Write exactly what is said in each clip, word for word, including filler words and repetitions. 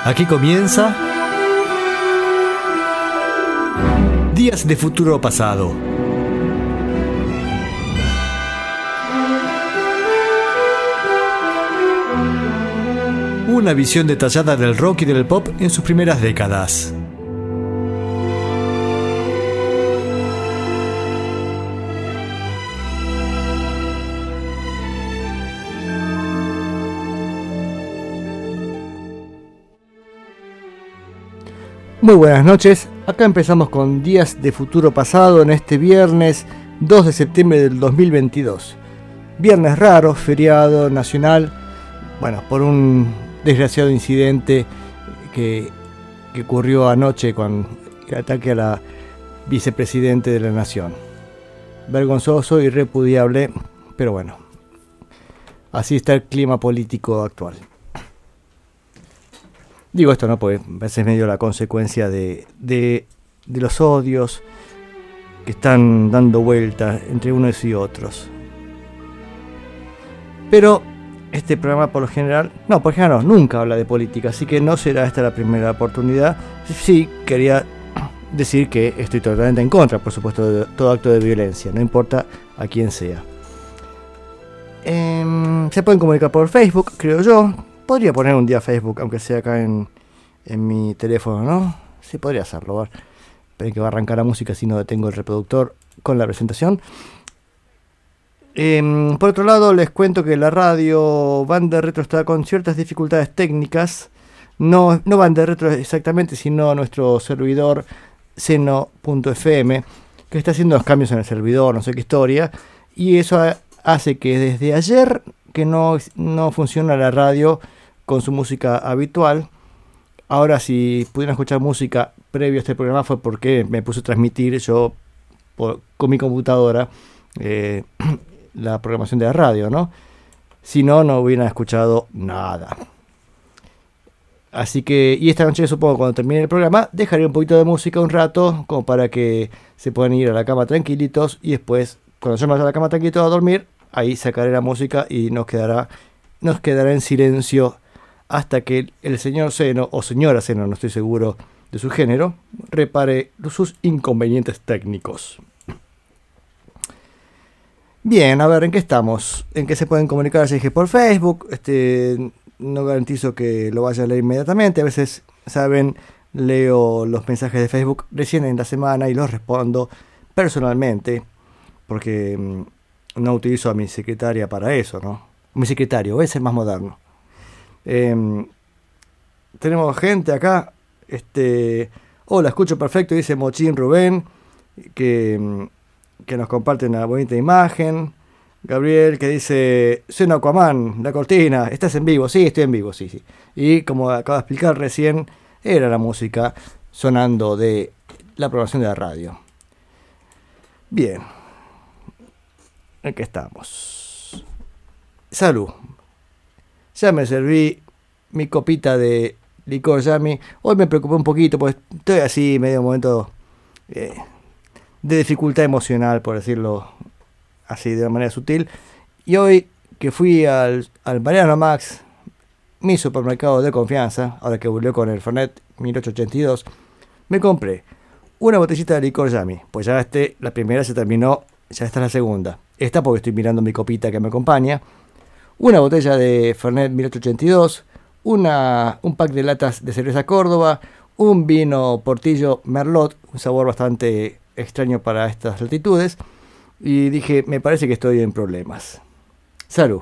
Aquí comienza Días de Futuro Pasado. Una visión detallada del rock y del pop en sus primeras décadas. Muy buenas noches, acá empezamos con Días de Futuro Pasado en este viernes dos de septiembre del dos mil veintidós. Viernes raro, feriado nacional, bueno, por un desgraciado incidente que, que ocurrió anoche con el ataque a la vicepresidente de la nación. Vergonzoso y repudiable, pero bueno, así está el clima político actual. Digo esto, ¿no? Porque a veces medio la consecuencia de, de, de los odios que están dando vueltas entre unos y otros. Pero este programa por lo general, no, por general no, nunca habla de política, así que no será esta la primera oportunidad. Sí, quería decir que estoy totalmente en contra, por supuesto, de todo acto de violencia, no importa a quién sea. Eh, se pueden comunicar por Facebook, creo yo. Podría poner un día Facebook, aunque sea acá en, en mi teléfono, ¿no? Sí, podría hacerlo. Esperen que va a arrancar la música si no detengo el reproductor con la presentación. Eh, por otro lado, les cuento que la radio Banda Retro está con ciertas dificultades técnicas. No, no Banda Retro exactamente, sino nuestro servidor seno punto efe eme, que está haciendo los cambios en el servidor, no sé qué historia. Y eso hace que desde ayer que no, no funciona la radio con su música habitual. Ahora, si pudieron escuchar música previo a este programa fue porque me puse a transmitir yo por, con mi computadora eh, la programación de la radio, ¿no? Si no, no hubieran escuchado nada. Así que, y esta noche supongo cuando termine el programa dejaré un poquito de música un rato como para que se puedan ir a la cama tranquilitos y después, cuando yo me vaya a la cama tranquilito a dormir, ahí sacaré la música y nos quedará, nos quedará en silencio hasta que el señor Seno, o señora Seno, no estoy seguro de su género, repare sus inconvenientes técnicos. Bien, a ver, ¿en qué estamos? ¿En qué se pueden comunicar? Ya dije por Facebook, este, no garantizo que lo vaya a leer inmediatamente. A veces, saben, leo los mensajes de Facebook recién en la semana y los respondo personalmente, porque no utilizo a mi secretaria para eso, ¿no? Mi secretario, ese es más moderno. Eh, tenemos gente acá. Este, hola, escucho perfecto, dice Mochín Rubén, que, que nos comparte una bonita imagen. Gabriel, que dice, Seno Aquaman, la cortina, ¿estás en vivo? Sí, estoy en vivo, sí, sí. Y como acabo de explicar recién, era la música sonando de la programación de la radio. Bien. ¿En qué estamos? Salud. Ya me serví mi copita de licor Yami. Hoy me preocupé un poquito porque estoy así, medio momento eh, de dificultad emocional, por decirlo así de una manera sutil. Y hoy que fui al, al Mariano Max, mi supermercado de confianza, ahora que volvió con el Fernet mil ochocientos ochenta y dos, me compré una botellita de licor Yami. Pues ya este, la primera se terminó, ya esta es la segunda. Esta porque estoy mirando mi copita que me acompaña. Una botella de Fernet mil ochocientos ochenta y dos. Una, un pack de latas de cerveza Córdoba. Un vino Portillo Merlot. Un sabor bastante extraño para estas latitudes. Y dije, me parece que estoy en problemas. Salud.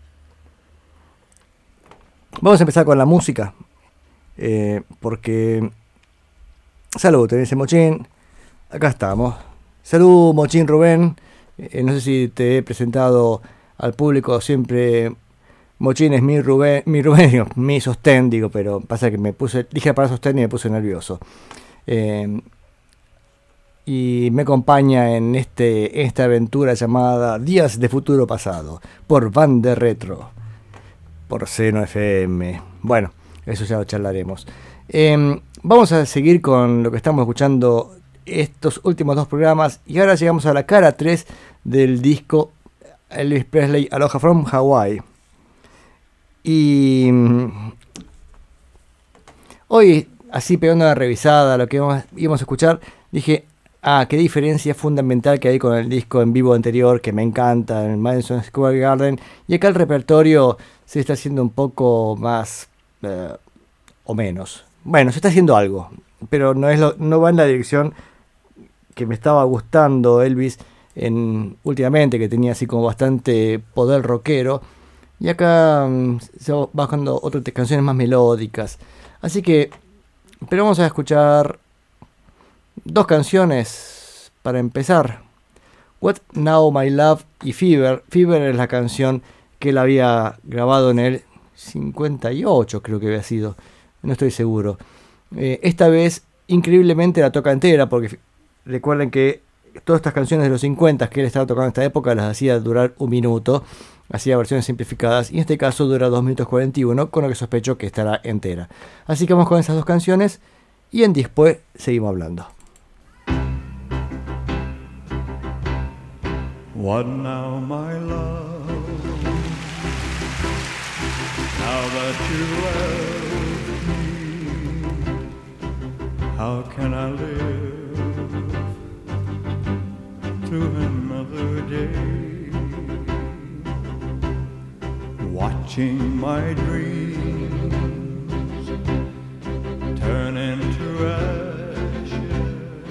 Vamos a empezar con la música. Eh, porque... Salud, tenés Mochín. Acá estamos. Salud, Mochín Rubén. Eh, no sé si te he presentado al público siempre. Mochín es mi Rubén, mi Rubén, digo, mi sostén, digo, pero pasa que me puse, dije para sostén y me puse nervioso. Eh, y me acompaña en este esta aventura llamada Días de Futuro Pasado, por Banda Retro, por Seno efe eme. Bueno, eso ya lo charlaremos. Eh, vamos a seguir con lo que estamos escuchando estos últimos dos programas y ahora llegamos a la cara tres del disco Elvis Presley Aloha from Hawaii. Y hoy, así pegando una revisada a lo que íbamos, íbamos a escuchar, dije, ah, qué diferencia fundamental que hay con el disco en vivo anterior, que me encanta, el Madison Square Garden, y acá el repertorio se está haciendo un poco más, eh, o menos. Bueno, se está haciendo algo, pero no, es lo, no va en la dirección que me estaba gustando Elvis en, últimamente, que tenía así como bastante poder rockero, y acá um, se va bajando otras canciones más melódicas. Así que, pero vamos a escuchar dos canciones para empezar. What Now My Love y Fever. Fever es la canción que él había grabado en el cincuenta y ocho, creo que había sido, no estoy seguro. Eh, esta vez increíblemente la toca entera, porque recuerden que todas estas canciones de los cincuenta que él estaba tocando en esta época las hacía durar un minuto, hacía versiones simplificadas, y en este caso dura dos minutos cuarenta y uno, con lo que sospecho que estará entera. Así que vamos con esas dos canciones y en después seguimos hablando. What now, my love, now that you left me, how can I live through another day, watching my dreams turn into ashes,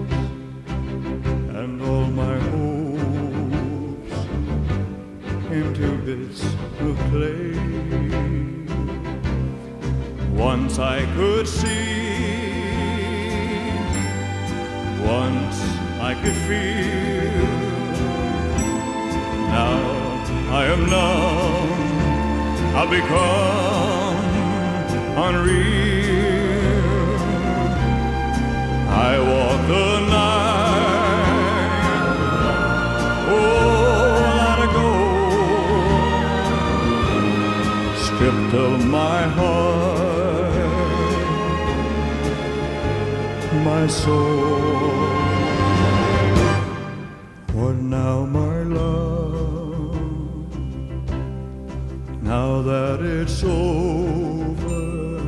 and all my hopes into bits of clay. Once I could see, once I could feel, now I am numb, I've become unreal. I walk the night, oh, let it go, stripped of my heart, my soul. What now, my love, now that it's over,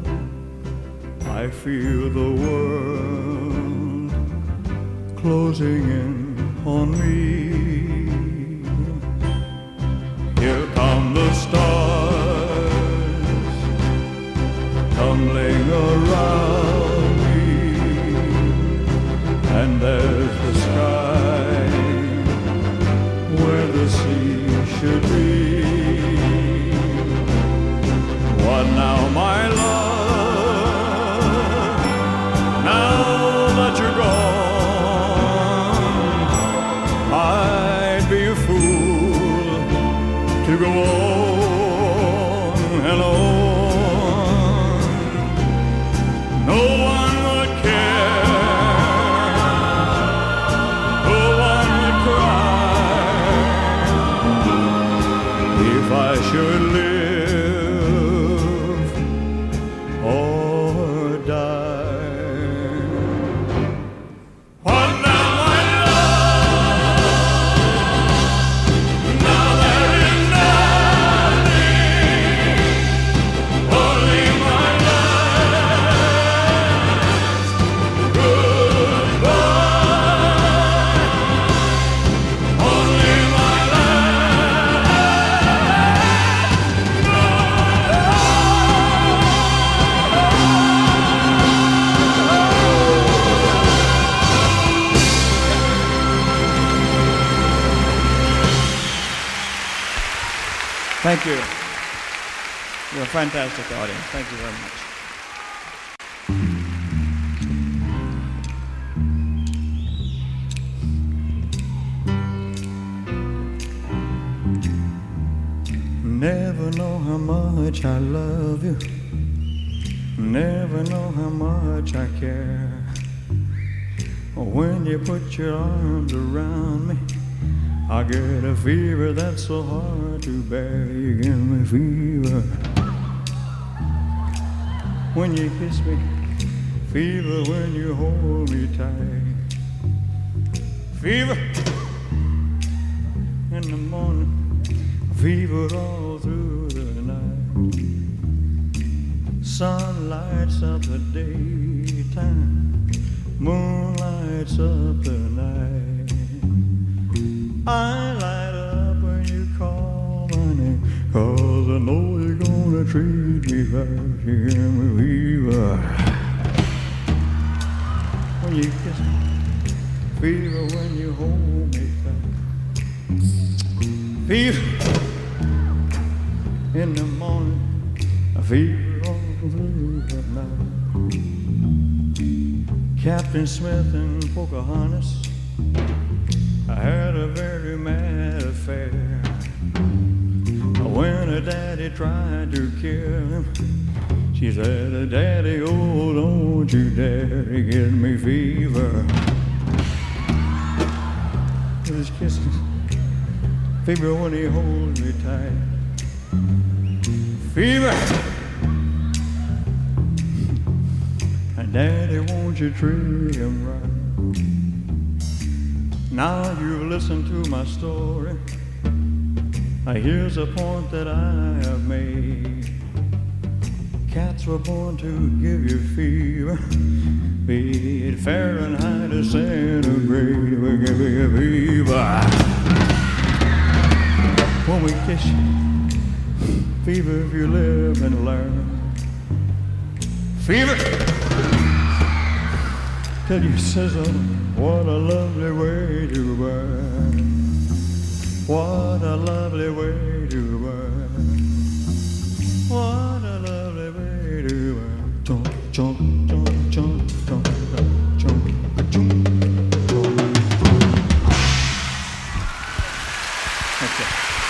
I feel the world closing in on me. Here come the stars tumbling around me, and there's the sky where the sea should be. What now, my love, now that you're gone, I'd be a fool to go on and on. No one would care, no one would cry if I should live or die. What now, my love, now there is nothing, only my last goodbye, only my Thank you. You're a fantastic audience. Thank you very much. Never know how much I love you. Never know how much I care. When you put your arms around me, I get a fever that's so hard to bear. You give me fever when you kiss me, fever when you hold me tight, fever in the morning, fever all through the night. Sun lights up the daytime, moon lights up the night. I light up when you call my name, 'cause I know you're gonna treat me right. You hear me, fever? When you kiss me, fever when you hold me tight. Fever in the morning, a fever all through the night. Captain Smith and Pocahontas, I had a very mad affair. When her daddy tried to kill him, she said, Daddy, oh, don't you dare to get me fever. With his kisses, fever when he holds me tight. Fever. And Daddy, won't you treat him right? Now you've listened to my story. Here's a point that I have made. Cats were born to give you fever, be it Fahrenheit or centigrade, we give you fever. When we kiss you, fever if you live and learn. Fever till you sizzle, what a lovely way to burn. What a lovely way to burn. What a lovely way to burn. Chomp, chomp, chomp, chomp, chomp, chomp, chomp, chomp. Okay.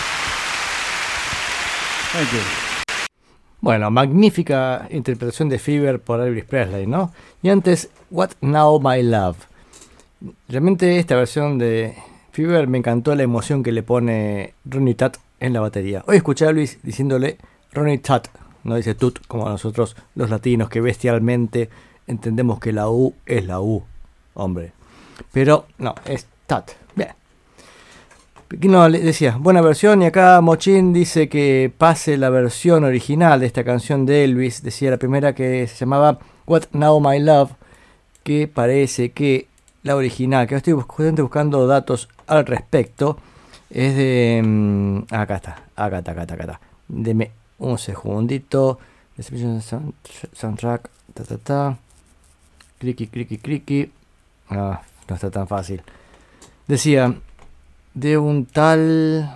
Thank you. Bueno, magnífica interpretación de Fever por Elvis Presley, ¿no? Y antes, What Now My Love. Realmente esta versión de Fever me encantó la emoción que le pone Ronnie Tutt en la batería. Hoy escuché a Luis diciéndole Ronnie Tutt, no dice Tut como nosotros los latinos que bestialmente entendemos que la U es la U, hombre. Pero no, es Tutt. Bien. No, le decía, buena versión, y acá Mochín dice que pase la versión original de esta canción de Elvis. Decía la primera que se llamaba What Now My Love, que parece que la original, que estoy justamente buscando datos al respecto, es de... Um, acá está, acá está, acá está, acá está. Deme un segundito. Soundtrack, ta, ta, ta. Clicky, clicky, clicky. Ah, no está tan fácil. Decía, de un tal...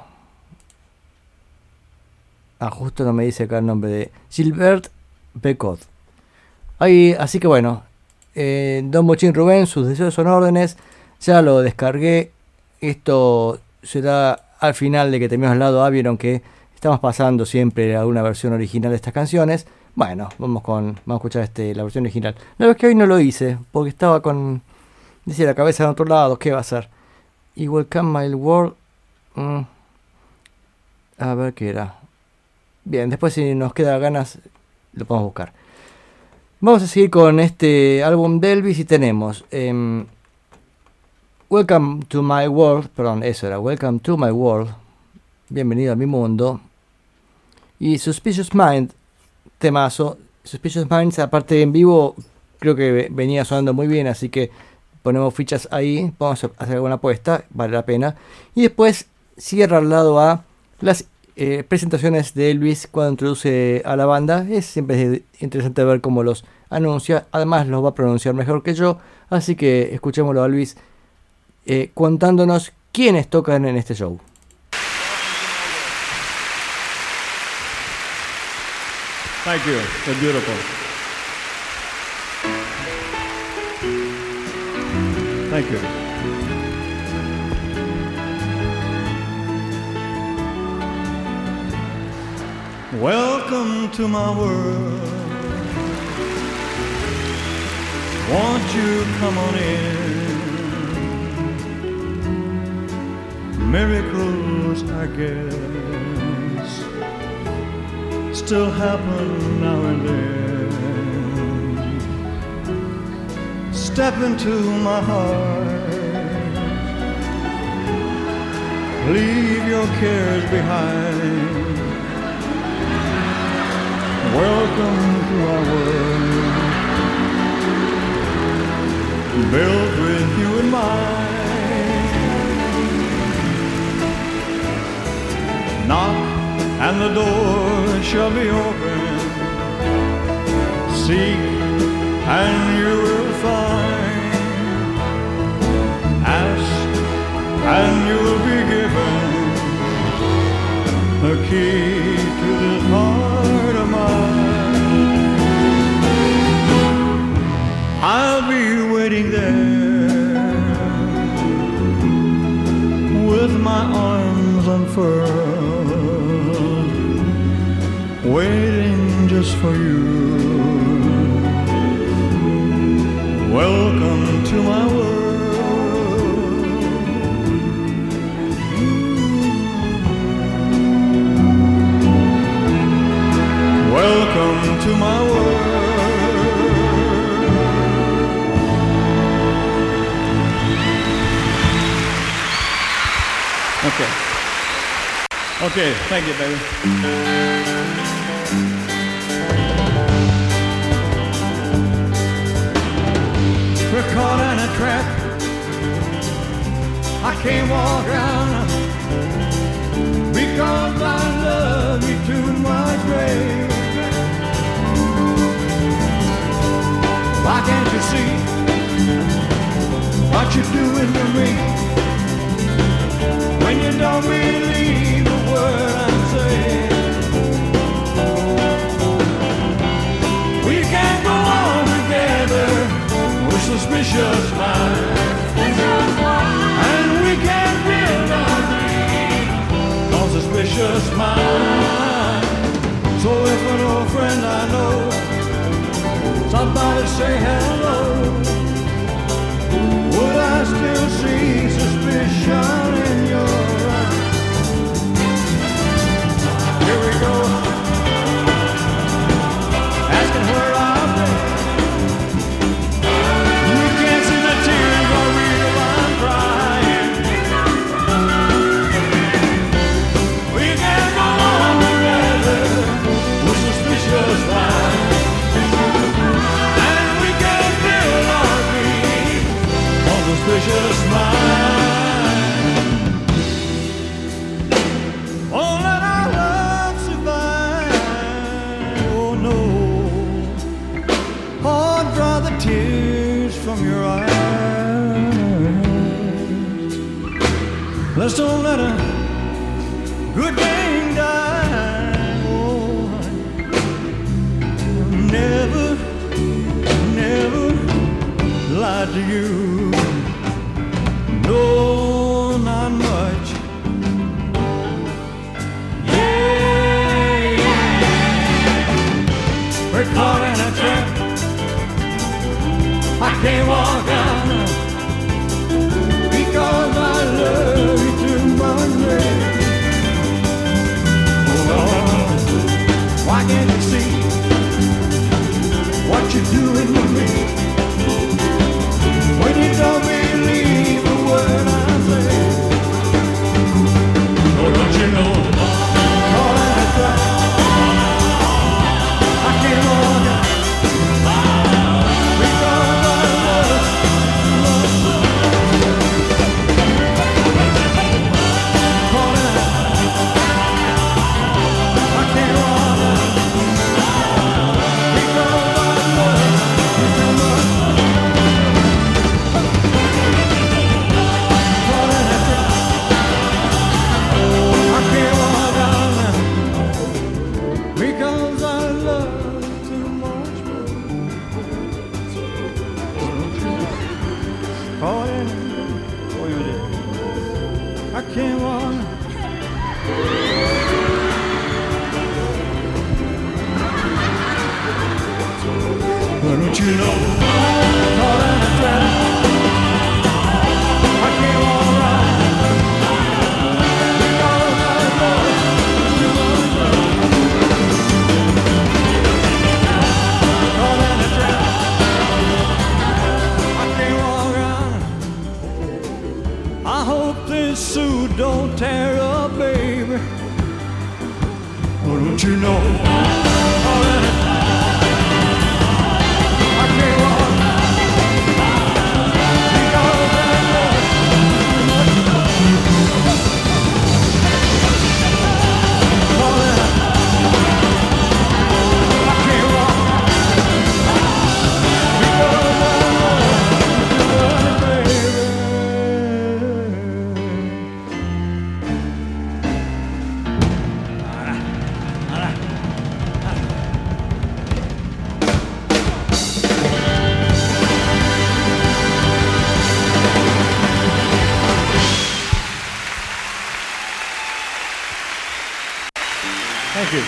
Ah, justo no me dice acá el nombre de... Gilbert Bécaud. Ahí, así que bueno... Eh, Don Mochín Rubén, sus deseos son órdenes. Ya lo descargué. Esto será al final de que terminemos el lado A. Vieron que estamos pasando siempre alguna versión original de estas canciones. Bueno, vamos con vamos a escuchar este, la versión original. La verdad es que hoy no lo hice porque estaba con, decía, la cabeza en otro lado. ¿Qué va a ser? Y Welcome My World. Mm. A ver qué era. Bien, después si nos queda ganas lo podemos buscar. Vamos a seguir con este álbum de Elvis y tenemos um, Welcome to My World, perdón, eso era, Welcome to My World, bienvenido a mi mundo, y Suspicious Mind, temazo. Suspicious Minds, aparte en vivo, creo que venía sonando muy bien, así que ponemos fichas ahí, vamos a hacer alguna apuesta, vale la pena. Y después cierra al lado A las Eh, presentaciones de Elvis cuando introduce a la banda. Es siempre interesante ver cómo los anuncia, además los va a pronunciar mejor que yo, así que escuchémoslo a Elvis eh, contándonos quiénes tocan en este show. Thank you, they're beautiful. Thank you. Welcome to my world. Won't you come on in? Miracles, I guess, still happen now and then. Step into my heart. Leave your cares behind. Welcome to our built with you in mind. Knock and the door shall be open. Seek and you will find. Ask and you will be given the key to this heart of mine. I'll be waiting there with my arms unfurled, waiting just for you. Welcome to my world. Welcome to my world. Okay. Okay, thank you, baby. We're caught in a trap. I can't walk out because I love you too much, baby. Why can't you see what you're doing to me? When you don't believe a word I'm saying, we can't go on together with suspicious minds, and we can't build our dreams on suspicious minds. So if an old friend I know, somebody say hello, would I still see suspicion in your eyes? Here we go, asking where I've been. You can't see the tears are real, I'm crying. We can't go on together with suspicious minds. Suspicious mind. Oh, let our love survive. Oh no. Oh, dry the tears from your eyes. Let's don't let a good thing die. Oh, never, never lied to you. No, not much. Yeah, yeah. We're caught in a trap. I can't walk out because I love you too much, baby. Oh, why can't you see what you're doing to me? When you don't believe a word I say, oh, don't you know? All that time, I can't walk out because I love, love, love. All that, I can't walk out because I love you too much. I can't walk. Why don't you know? Caught in a trap. I can't walk right because I love you much. Caught in a trap. I can't walk out. I hope this suit don't tear up, baby. Oh, don't you know? All that I can't walk. Thank you.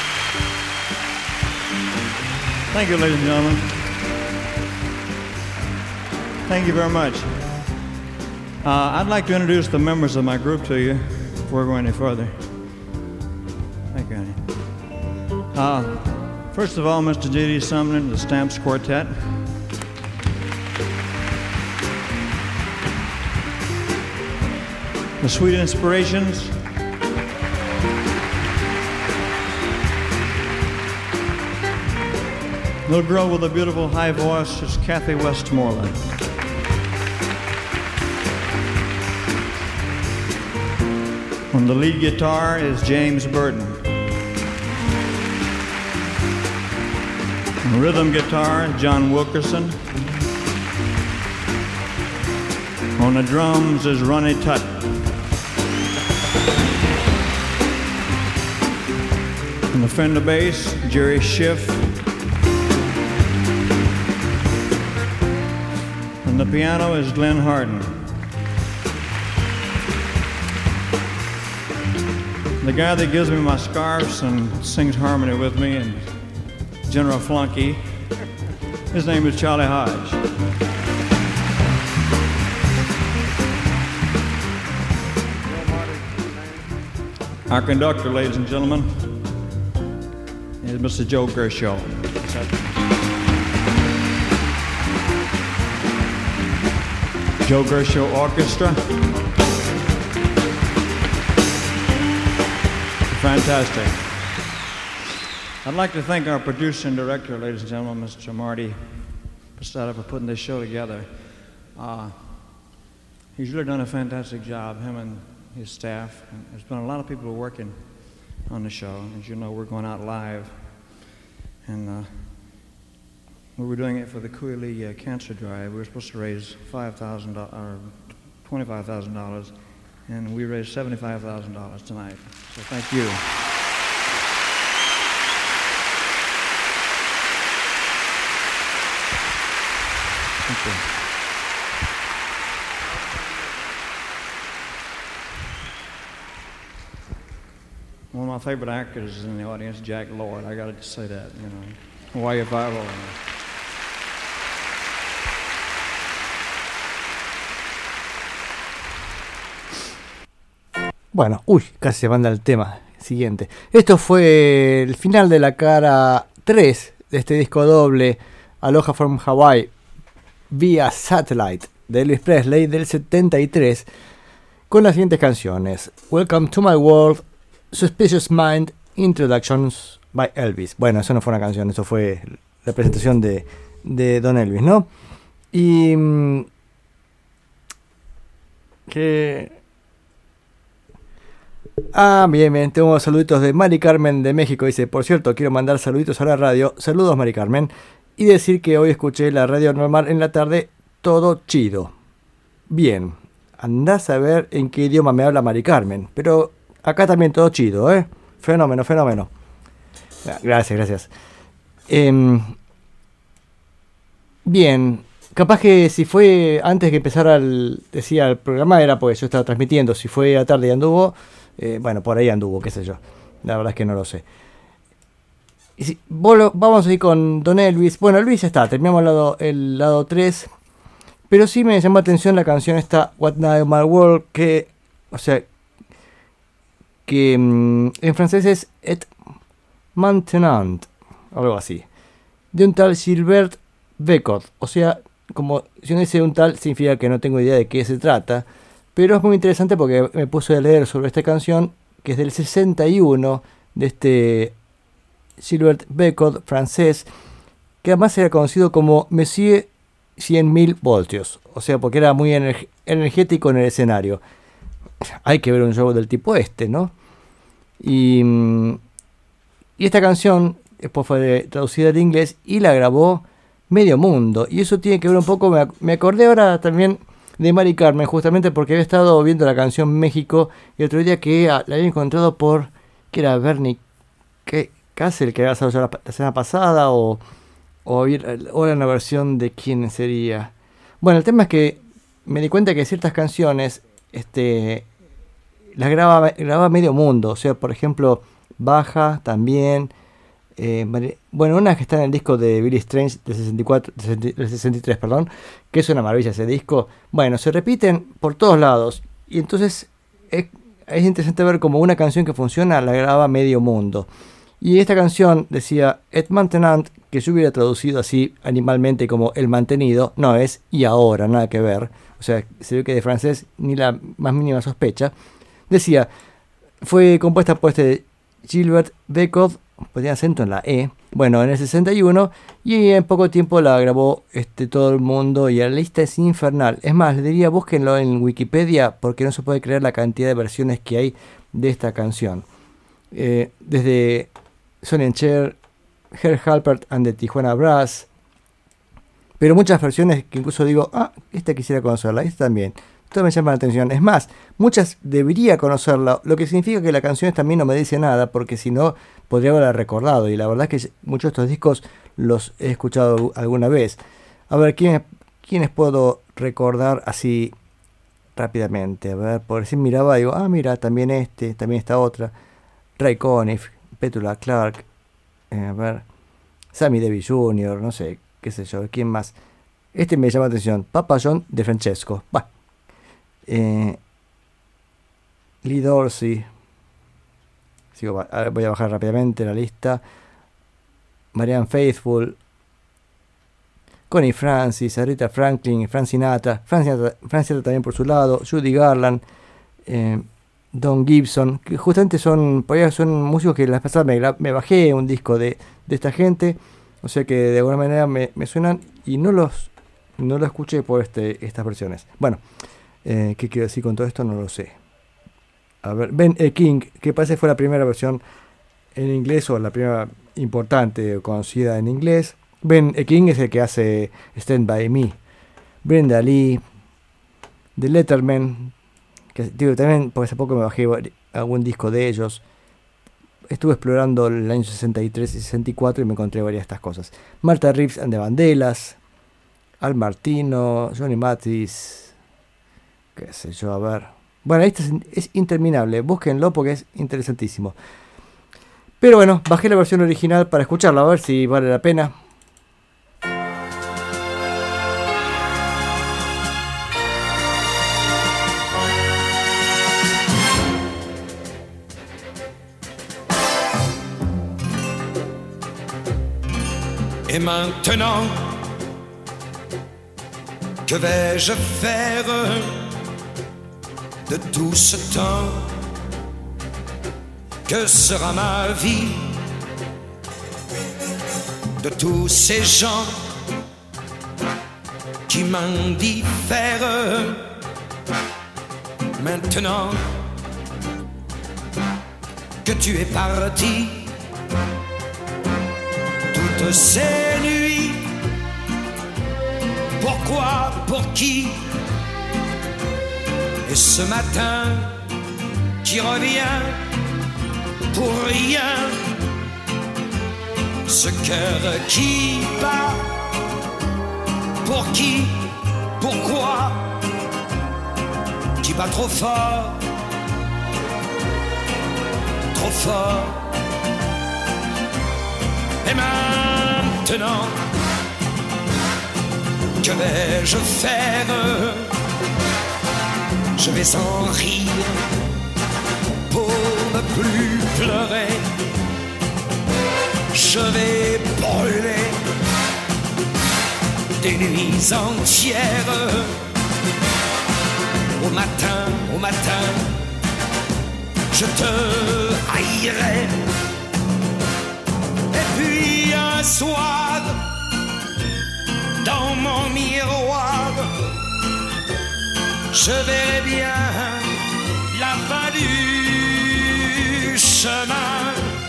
Thank you, ladies and gentlemen. Thank you very much. Uh, I'd like to introduce the members of my group to you before we go any further. Thank you, honey. Uh, first of all, Mister J D. Sumner, the Stamps Quartet. The Sweet Inspirations. Little girl with a beautiful high voice is Kathy Westmoreland. On the lead guitar is James Burton. On rhythm guitar, John Wilkerson. On the drums is Ronnie Tutt. On the Fender bass, Jerry Schiff. On the piano is Glenn Hardin. The guy that gives me my scarves and sings harmony with me, and General Flunky, his name is Charlie Hodge. Our conductor, ladies and gentlemen, is Mister Joe Gershaw. Joe Gershaw Orchestra. Fantastic. I'd like to thank our producer and director, ladies and gentlemen, Mister Marty Posada, for putting this show together. Uh, he's really done a fantastic job, him and his staff. And there's been a lot of people working on the show. As you know, we're going out live. And uh, we were doing it for the Cooley uh, Cancer Drive. We were supposed to raise five thousand dollars or twenty-five thousand dollars, and we raised seventy-five thousand dollars tonight. So thank you. Thank you. One of my favorite actors is in the audience, Jack Lord. I got to say that, you know. Hawaii Five-O. Bueno, uy, casi se manda el tema siguiente. Esto fue el final de la cara tres de este disco doble, Aloha from Hawaii, vía Satellite, de Elvis Presley del setenta y tres, con las siguientes canciones: Welcome to My World, Suspicious Mind, Introductions by Elvis. Bueno, eso no fue una canción, eso fue la presentación de, de Don Elvis, ¿no? Y que... Ah, bien, bien, tengo saluditos de Mari Carmen de México. Dice, por cierto, quiero mandar saluditos a la radio. Saludos, Mari Carmen. Y decir que hoy escuché la radio normal en la tarde, todo chido. Bien, andás a ver en qué idioma me habla Mari Carmen. Pero acá también todo chido, ¿eh? Fenómeno, fenómeno. Gracias, gracias. Eh, bien, capaz que si fue antes que empezara el, decía, el programa, era porque yo estaba transmitiendo. Si fue a tarde y anduvo, eh, bueno, por ahí anduvo, qué sé yo. La verdad es que no lo sé. Y si, volo, vamos a ir con Don Elvis. Bueno, Elvis ya está, terminamos el lado, el lado tres. Pero sí me llamó la atención la canción esta, What Now My World, que, o sea, que mmm, en francés es Et Maintenant, algo así, de un tal Gilbert Bécaud. O sea, como si no dice un tal, significa que no tengo idea de qué se trata, pero es muy interesante porque me puse a leer sobre esta canción, que es del sesenta y uno, de este Gilbert Bécaud francés, que además era conocido como Monsieur cien mil voltios, o sea, porque era muy ener- energético en el escenario. Hay que ver un show del tipo este, ¿no? Y, y esta canción después fue traducida al inglés y la grabó medio mundo. Y eso tiene que ver un poco, me, me acordé ahora también de Mari Carmen, justamente porque había estado viendo la canción México y otro día que la había encontrado por, que era Bernie Castle, que había salido la, la semana pasada, o, o, o era una versión de quién sería. Bueno, el tema es que me di cuenta que ciertas canciones este, las graba, graba medio mundo. O sea, por ejemplo, Baja también. Eh, bueno, una que está en el disco de Billy Strange del sesenta y cuatro, del sesenta y tres, perdón, que es una maravilla ese disco. Bueno, se repiten por todos lados. Y entonces es, es interesante ver cómo una canción que funciona la graba medio mundo. Y esta canción decía Et maintenant, que yo hubiera traducido así animalmente como el mantenido, no es y ahora, nada que ver. O sea, se ve que de francés ni la más mínima sospecha. Decía, fue compuesta por este Gilbert Bécaud, ponía acento en la E, bueno, en el sesenta y uno, y en poco tiempo la grabó este, todo el mundo, y la lista es infernal. Es más, les diría, búsquenlo en Wikipedia, porque no se puede creer la cantidad de versiones que hay de esta canción. Eh, desde Sonny and Cher, Herb Alpert and the Tijuana Brass, pero muchas versiones que incluso digo, ah, esta quisiera conocerla, esta también. Todo me llama la atención. Es más, muchas debería conocerla, lo que significa que la canción también no me dice nada, porque si no, podría haberla recordado. Y la verdad es que muchos de estos discos los he escuchado alguna vez. A ver, ¿quiénes, quiénes puedo recordar así rápidamente? A ver, por decir miraba y digo, ah, mira, también este, también esta otra. Ray Conniff, Petula Clark, eh, a ver, Sammy Davis junior, no sé, qué sé yo, ¿quién más? Este me llama la atención, Papa John de Francesco. Bah. Eh, Lee Dorsey, sigo, voy a bajar rápidamente la lista. Marianne Faithfull, Connie Francis, Aretha Franklin, Frank Sinatra, Frank Sinatra, Frank Sinatra también por su lado, Judy Garland, eh, Don Gibson, que justamente son, por ahí son músicos que la pasada me, me bajé un disco de, de esta gente, o sea que de alguna manera me, me suenan y no los no lo escuché por este, estas versiones. Bueno, Eh, ¿qué quiero decir con todo esto? No lo sé. A ver, Ben E. King, que parece que fue la primera versión en inglés, o la primera importante o conocida en inglés. Ben E. King es el que hace Stand By Me. Brenda Lee, The Letterman, que digo, también porque hace poco me bajé algún disco de ellos. Estuve explorando el año sesenta y tres y sesenta y cuatro y me encontré varias de estas cosas. Martha Reeves and the Vandellas, Al Martino, Johnny Mathis, qué sé yo, a ver. Bueno, este es, es interminable, búsquenlo porque es interesantísimo. Pero bueno, bajé la versión original para escucharla, a ver si vale la pena. Et maintenant, que vais-je faire de tout ce temps? Que sera ma vie de tous ces gens qui m'indiffèrent? Maintenant que tu es parti, toutes ces nuits, pourquoi, pour qui? Et ce matin qui revient pour rien, ce cœur qui bat, pour qui, pourquoi, qui bat trop fort, trop fort. Et maintenant, que vais-je faire? Je vais en rire pour ne plus pleurer. Je vais brûler des nuits entières. Au matin, au matin, je te haïrai. Et puis un soir, dans mon miroir, je verrai bien la fin du chemin.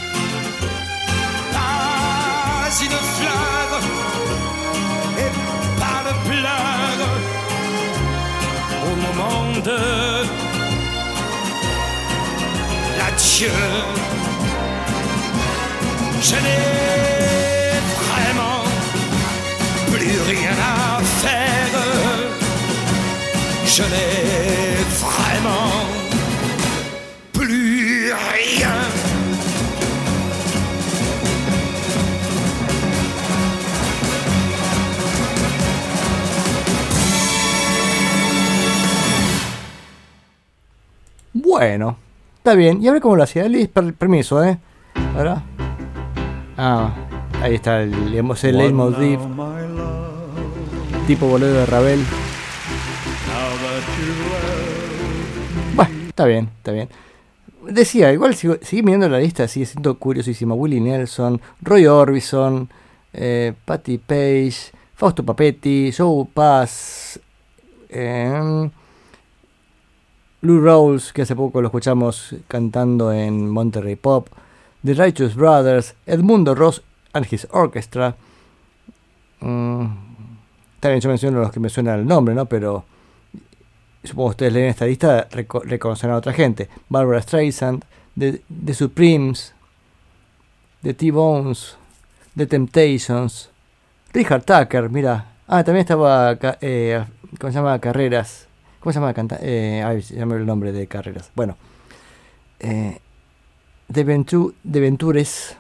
Pas une fleur et pas de pleurs au moment de l'adieu. Je n'ai vraiment plus rien à faire. Je n'ai vraiment plus rien Bueno, está bien. ¿Y ahora cómo lo hacía? Liz, per- permiso, ¿eh? Ahora. Ah, ahí está el, digamos, el leitmotiv. Tipo bolero de Ravel. Bueno, está bien, está bien. Decía, igual sigo, sigue mirando la lista, sigue siendo curiosísima. Willie Nelson, Roy Orbison, eh, Patti Page, Fausto Papetti, Joe Pass, eh, Lou Rawls, que hace poco lo escuchamos cantando en Monterey Pop, The Righteous Brothers, Edmundo Ross and His Orchestra. Mm, también yo menciono los que me suenan el nombre, ¿no? Pero supongo que ustedes leen esta lista, reco- reconocerán a otra gente. Barbara Streisand, The, The Supremes, The T-Bones, The Temptations, Richard Tucker, mira. Ah, también estaba, eh, ¿cómo se llama? Carreras. ¿Cómo se llama la cantante? Eh, ay, se llama el nombre de Carreras. Bueno. Eh, de, Ventu- de Ventures.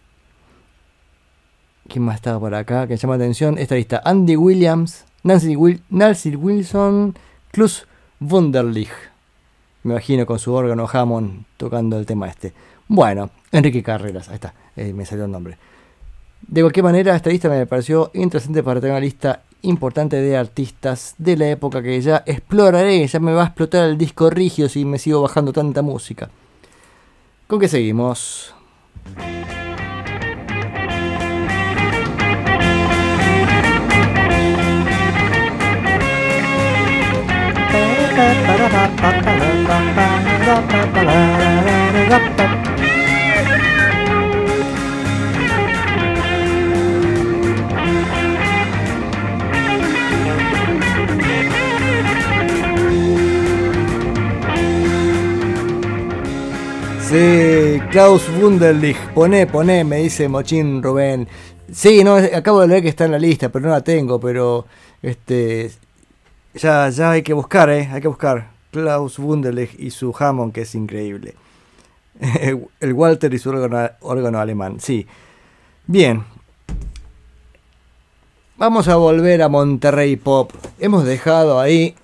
¿Quién más estaba por acá? Que llama atención esta lista. Andy Williams, Nancy, Wil- Nancy Wilson, Klaus Wunderlich. Me imagino con su órgano Hammond tocando el tema este. Bueno, Enrique Carreras. Ahí está. Eh, me salió el nombre. De cualquier manera, esta lista me pareció interesante para tener una lista importante de artistas de la época que ya exploraré. Ya me va a explotar el disco rígido si me sigo bajando tanta música. ¿Con qué seguimos? Sí, Klaus Wunderlich, poné, poné, me dice Mochín Rubén. Sí, no, acabo de leer que está en la lista, pero no la tengo, pero este ya, ya hay que buscar, eh, hay que buscar. Klaus Wunderlich y su Hammond, que es increíble. El Walter y su órgano, órgano alemán, sí. Bien. Vamos a volver a Monterey Pop. Hemos dejado ahí...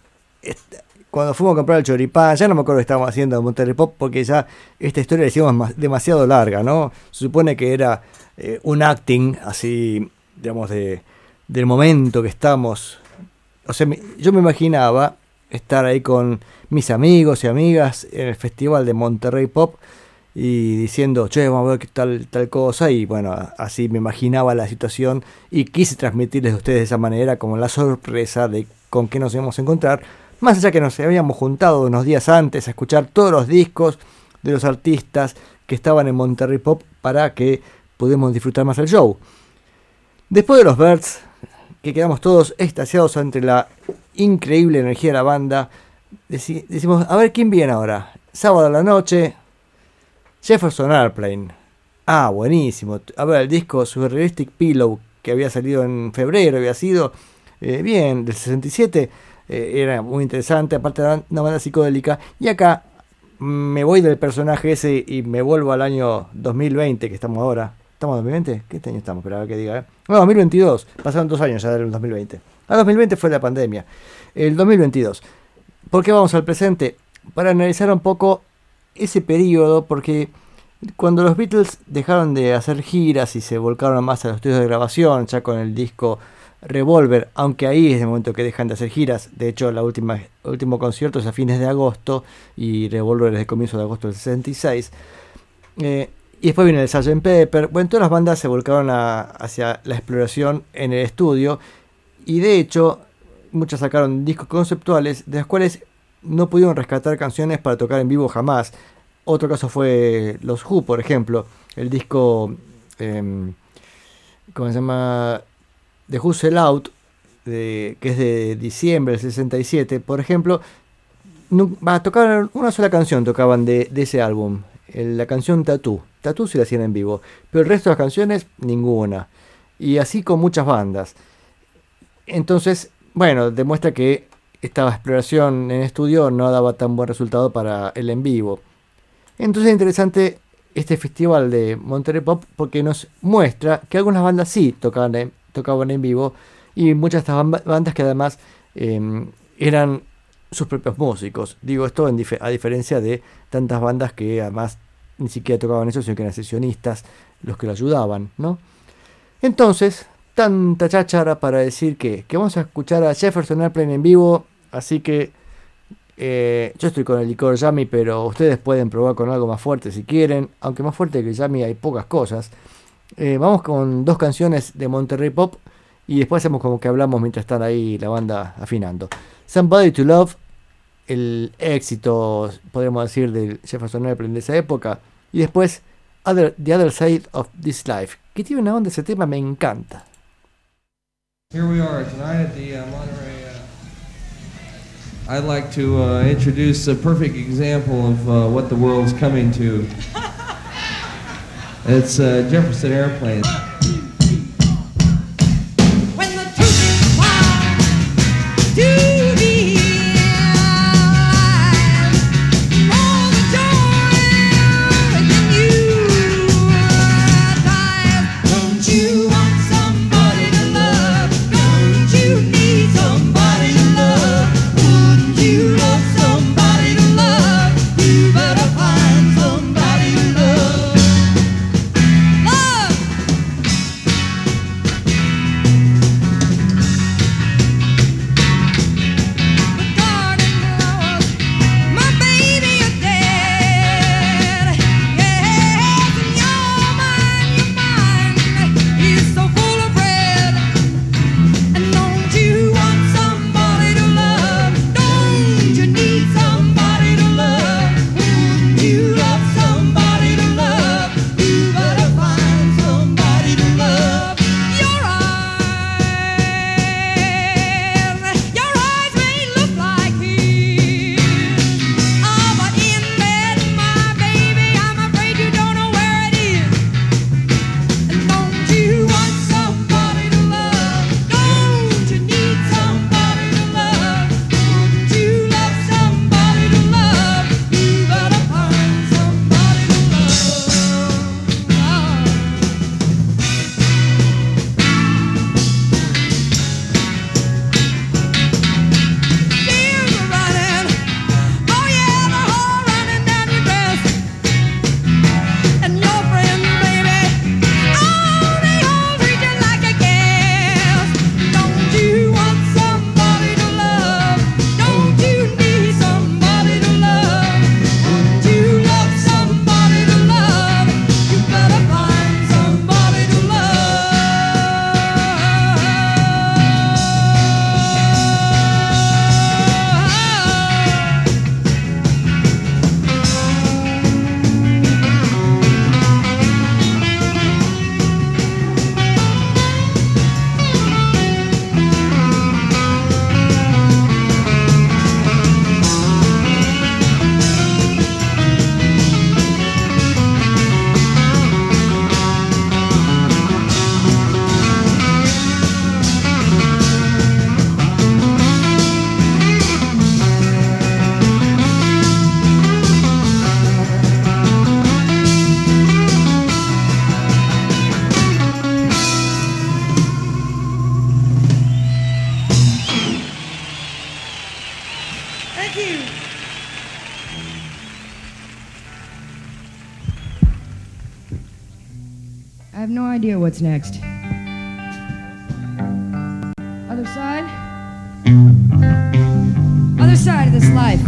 Cuando fuimos a comprar el choripán, ya no me acuerdo que estábamos haciendo en Monterey Pop, porque ya esta historia la hicimos más, demasiado larga, ¿no? Se supone que era eh, un acting, así, digamos, de, del momento que estamos. O sea, yo me imaginaba estar ahí con mis amigos y amigas en el festival de Monterey Pop y diciendo, che, vamos a ver qué tal, tal cosa, y bueno, así me imaginaba la situación y quise transmitirles a ustedes de esa manera, como la sorpresa de con qué nos íbamos a encontrar. Más allá que nos habíamos juntado unos días antes a escuchar todos los discos de los artistas que estaban en Monterey Pop para que pudiéramos disfrutar más el show. Después de los Birds, que quedamos todos extasiados ante la increíble energía de la banda, dec- decimos, a ver quién viene ahora. Sábado a la noche, Jefferson Airplane. Ah, buenísimo. A ver, el disco Surrealistic Pillow, que había salido en febrero, había sido eh, bien, del sesenta y siete. Eh, era muy interesante, aparte de una banda psicodélica. Y acá me voy del personaje ese y me vuelvo al año dos mil veinte, que estamos ahora. ¿Estamos en dos mil veinte? ¿Qué año estamos? Pero a ver qué diga. ¿eh? No, dos mil veintidós. Pasaron dos años ya del dos mil veinte. Ah, dos mil veinte fue la pandemia. El dos mil veintidós. ¿Por qué vamos al presente? Para analizar un poco ese periodo, porque cuando los Beatles dejaron de hacer giras y se volcaron más a los estudios de grabación, ya con el disco Revolver, aunque ahí es el momento que dejan de hacer giras. De hecho, la última, el último concierto es a fines de agosto y Revolver es el comienzo de agosto del sesenta y seis. Eh, y después viene el sergeant Pepper. Bueno, todas las bandas se volcaron a, hacia la exploración en el estudio y de hecho muchas sacaron discos conceptuales de los cuales no pudieron rescatar canciones para tocar en vivo jamás. Otro caso fue los Who, por ejemplo. El disco, eh, ¿cómo se llama? The Who Sell Out, de, que es de diciembre del sesenta y siete, por ejemplo, no, va a tocar una sola canción, tocaban de, de ese álbum, el, la canción Tattoo. Tattoo sí la hacían en vivo, pero el resto de las canciones, ninguna. Y así con muchas bandas. Entonces, bueno, demuestra que esta exploración en estudio no daba tan buen resultado para el en vivo. Entonces es interesante este festival de Monterey Pop porque nos muestra que algunas bandas sí tocaban en tocaban en vivo y muchas de estas bandas que además eh, eran sus propios músicos. Digo esto en dif- a diferencia de tantas bandas que además ni siquiera tocaban eso, sino que eran sesionistas los que lo ayudaban, ¿no? Entonces, tanta cháchara para decir que, que vamos a escuchar a Jefferson Airplane en vivo, así que eh, yo estoy con el licor Yummy, pero ustedes pueden probar con algo más fuerte si quieren, aunque más fuerte que Yummy hay pocas cosas. Eh, vamos con dos canciones de Monterrey Pop y después hacemos como que hablamos mientras están ahí la banda afinando. Somebody to Love, el éxito, podríamos decir, del Jefferson Airplane de esa época, y después Other, The Other Side of This Life, que tiene una onda, ese tema me encanta. Here we are tonight at the uh, Monterey. Uh, I'd like to uh, introduce a perfect example of uh, what the world's coming to. It's uh, Jefferson Airplane. When the truth is found to be alive, all the joy within you dies. Don't you want somebody to love? Don't you need somebody to love? Wouldn't you love somebody to love? You better find somebody to love. Love! But darling, love, my baby is dead. Yes, and you're mine, you're mine. He's so full of red. And don't you want somebody to love? Don't you need somebody to love? Wouldn't you love somebody to love? You better find somebody to love. Your eyes, your eyes may look like his. Oh, but in bed, my baby, I'm afraid you don't know where it is. And don't you want somebody to love? Don't you need somebody to love? Wouldn't you love somebody to love? You better find somebody to love. Tears are running, oh yeah, they're all running down your dress. And your friends, baby, oh, they all treat you like a guest. Don't you want somebody to love? Don't you need somebody to love? Wouldn't you love somebody to love? You better find somebody to love. Thank you. I have no idea what's next. Other side? Other side of this life.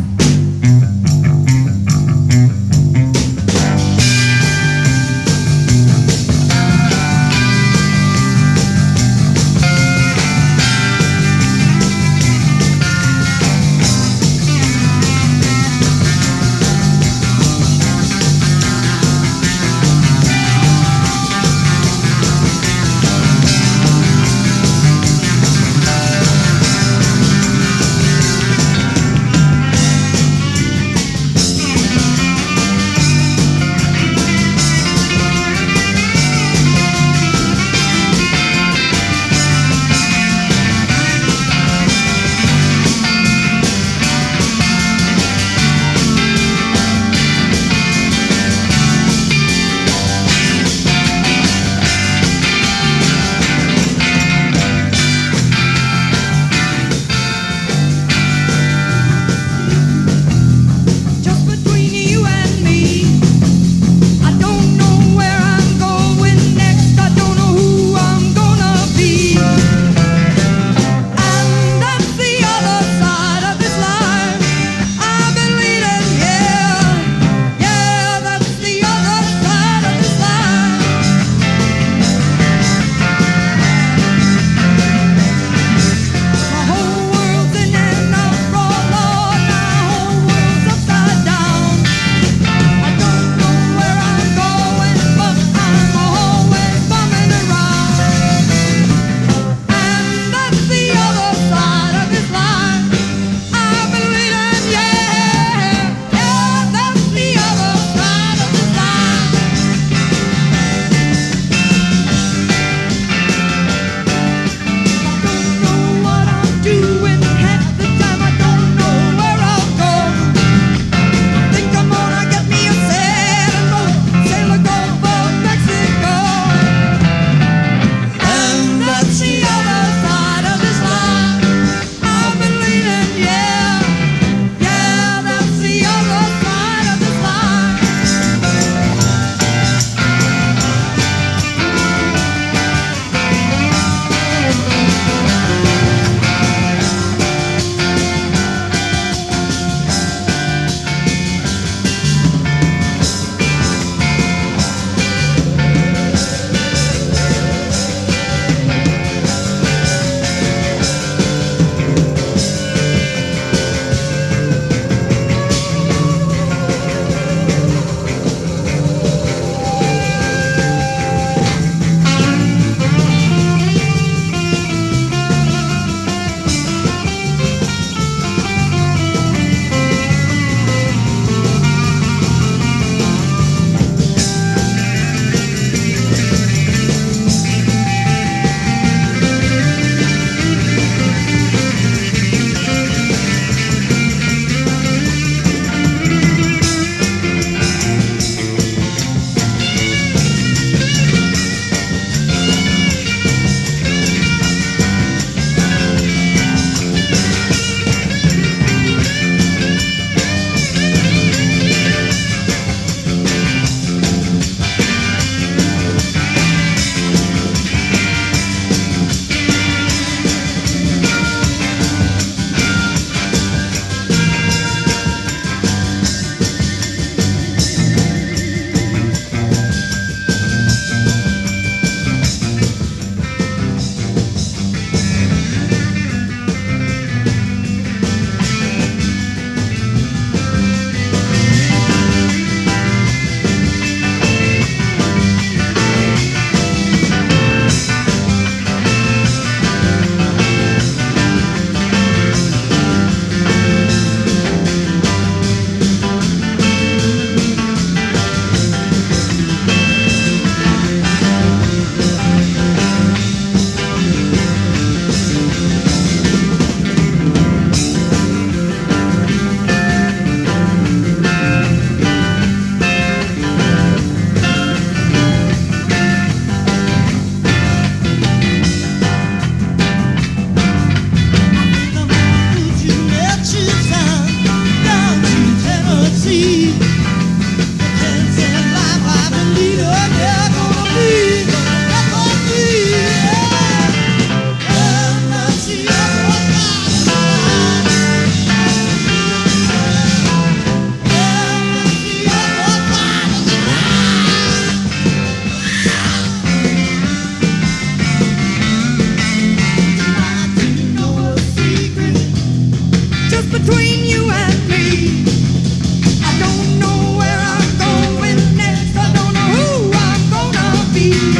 feet.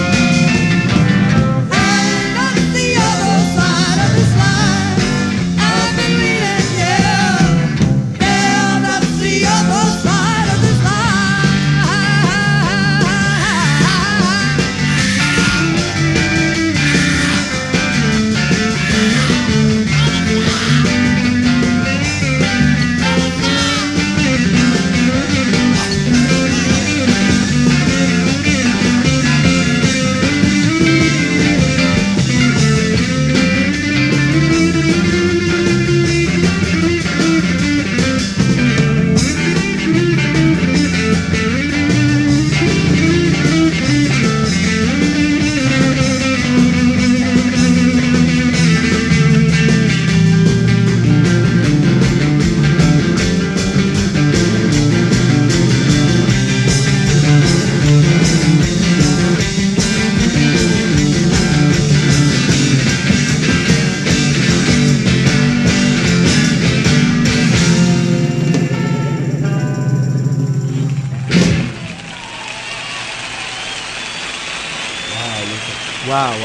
And that's the other side of this line. I've been reading, yeah, yeah, that's the other side of this line. Wow, wow,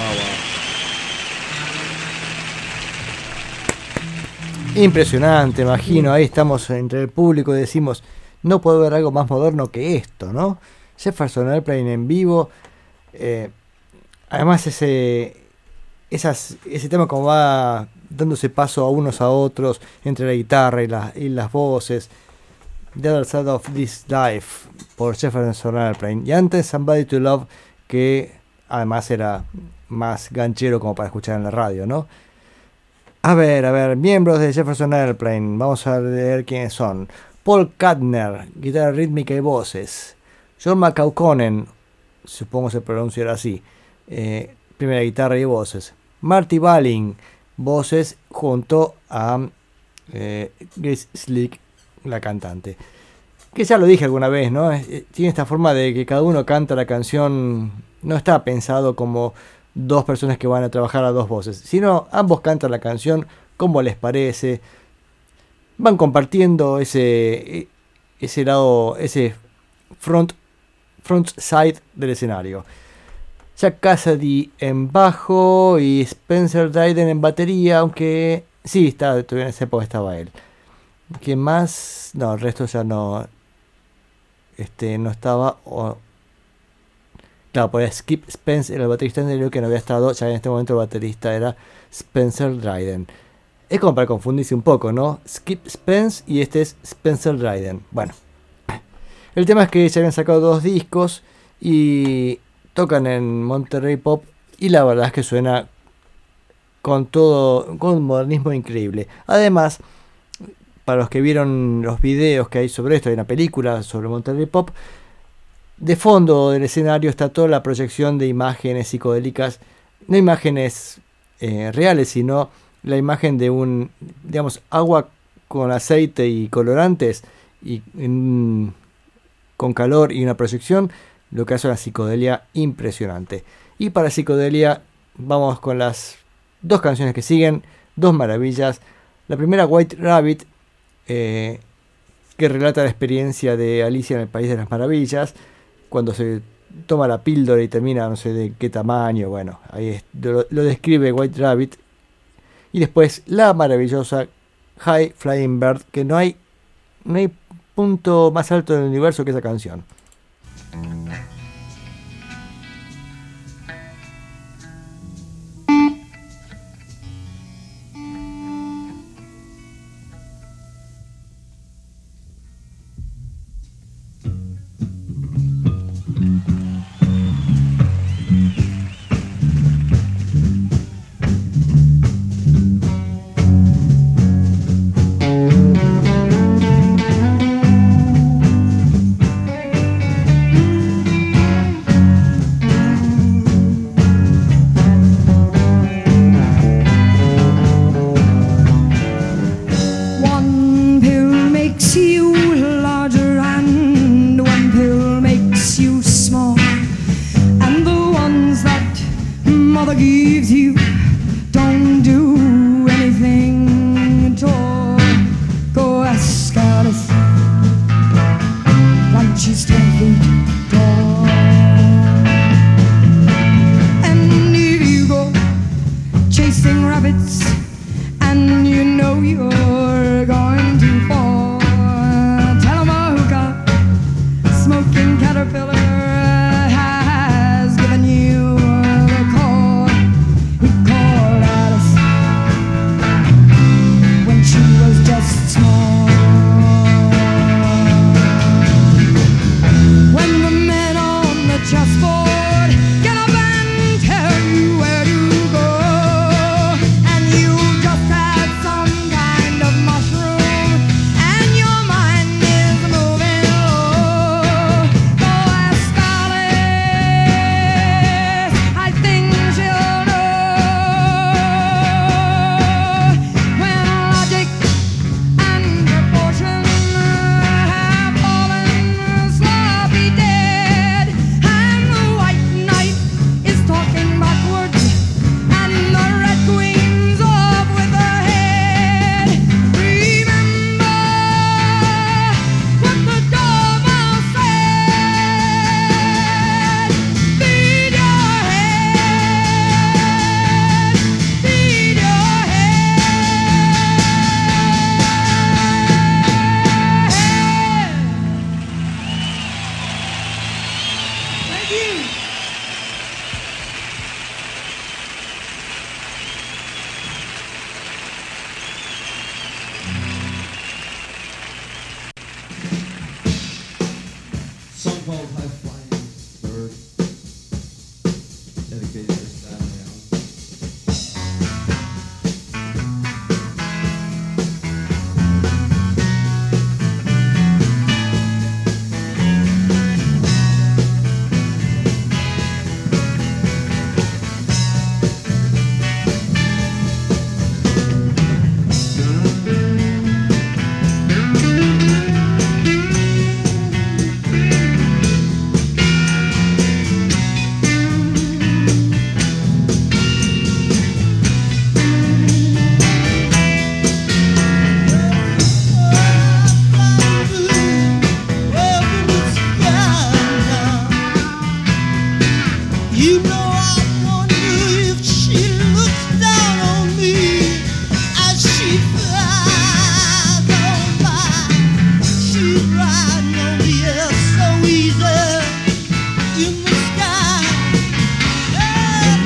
wow. Impresionante, imagino. Ahí estamos entre el público y decimos, no puedo ver algo más moderno que esto, ¿no? Jefferson Airplane en vivo. Eh, además ese, esas, ese tema como va dándose paso a unos a otros entre la guitarra y, la, y las voces. The Other Side of This Life por Jefferson Airplane. Y antes Somebody to Love, que además era más ganchero como para escuchar en la radio, ¿no? A ver, a ver, miembros de Jefferson Airplane, vamos a ver quiénes son. Paul Kantner, guitarra rítmica y voces. John McCauconen, supongo se pronunciará así, eh, primera guitarra y voces. Marty Balin, voces junto a eh, Grace Slick, la cantante. Que ya lo dije alguna vez, ¿no? Eh, tiene esta forma de que cada uno canta la canción. No está pensado como dos personas que van a trabajar a dos voces, sino ambos cantan la canción como les parece. Van compartiendo ese ese lado, ese front front side del escenario. Jack Cassidy en bajo y Spencer Dryden en batería, aunque sí, está, todavía en esa época estaba él. ¿Quién más? No, el resto ya no este no estaba. O, Claro, pues Skip Spence era el baterista anterior que no había estado, ya en este momento el baterista era Spencer Dryden. Es como para confundirse un poco, ¿no? Skip Spence y este es Spencer Dryden. Bueno, el tema es que ya habían sacado dos discos y tocan en Monterrey Pop y la verdad es que suena con todo, con un modernismo increíble. Además, para los que vieron los videos que hay sobre esto, hay una película sobre Monterrey Pop. De fondo del escenario está toda la proyección de imágenes psicodélicas, no imágenes eh, reales, sino la imagen de un, digamos, agua con aceite y colorantes y en, con calor y una proyección, lo que hace una psicodelia impresionante. Y para psicodelia vamos con las dos canciones que siguen, dos maravillas. La primera, White Rabbit, eh, que relata la experiencia de Alicia en el País de las Maravillas, cuando se toma la píldora y termina no sé de qué tamaño, bueno, ahí es, lo, lo describe White Rabbit. Y después la maravillosa High Flying Bird, que no hay, no hay punto más alto del universo que esa canción. she's ten feet tall.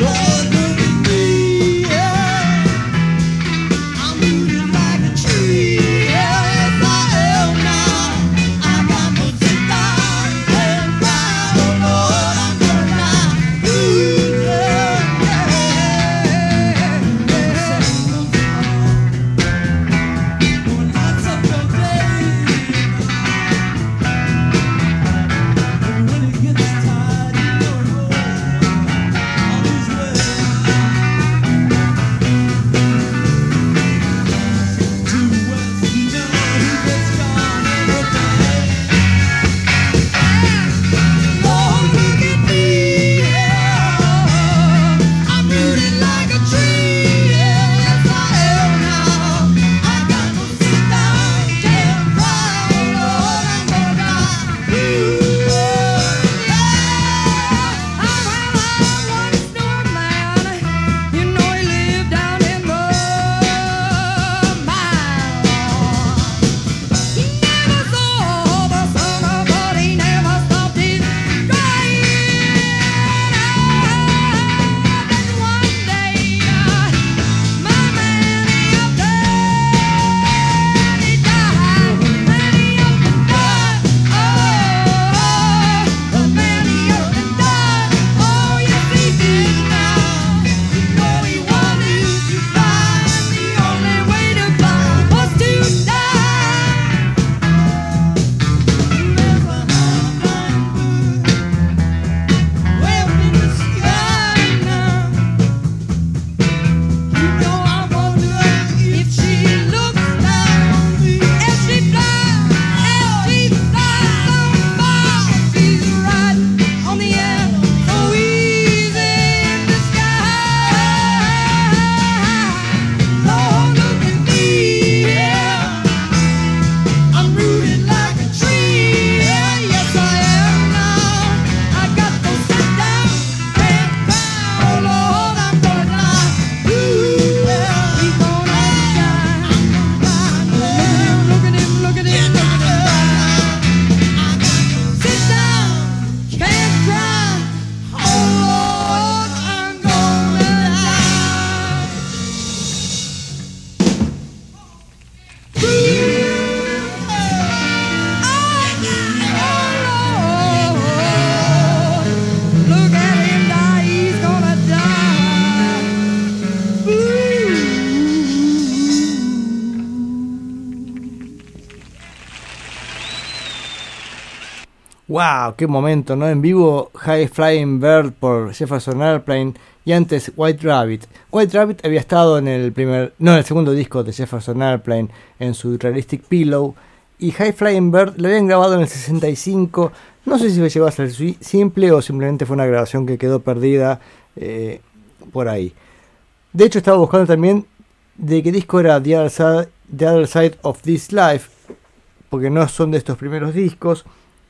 ¡Wow! ¡Qué momento! ¿No? En vivo, High Flying Bird por Jefferson Airplane y antes White Rabbit. White Rabbit había estado en el primer, no, en el segundo disco de Jefferson Airplane, en su Realistic Pillow, y High Flying Bird lo habían grabado en el sesenta y cinco. No sé si llegó a ser simple o simplemente fue una grabación que quedó perdida eh, por ahí. De hecho, estaba buscando también de qué disco era The Other Side, The Other Side of This Life, porque no son de estos primeros discos.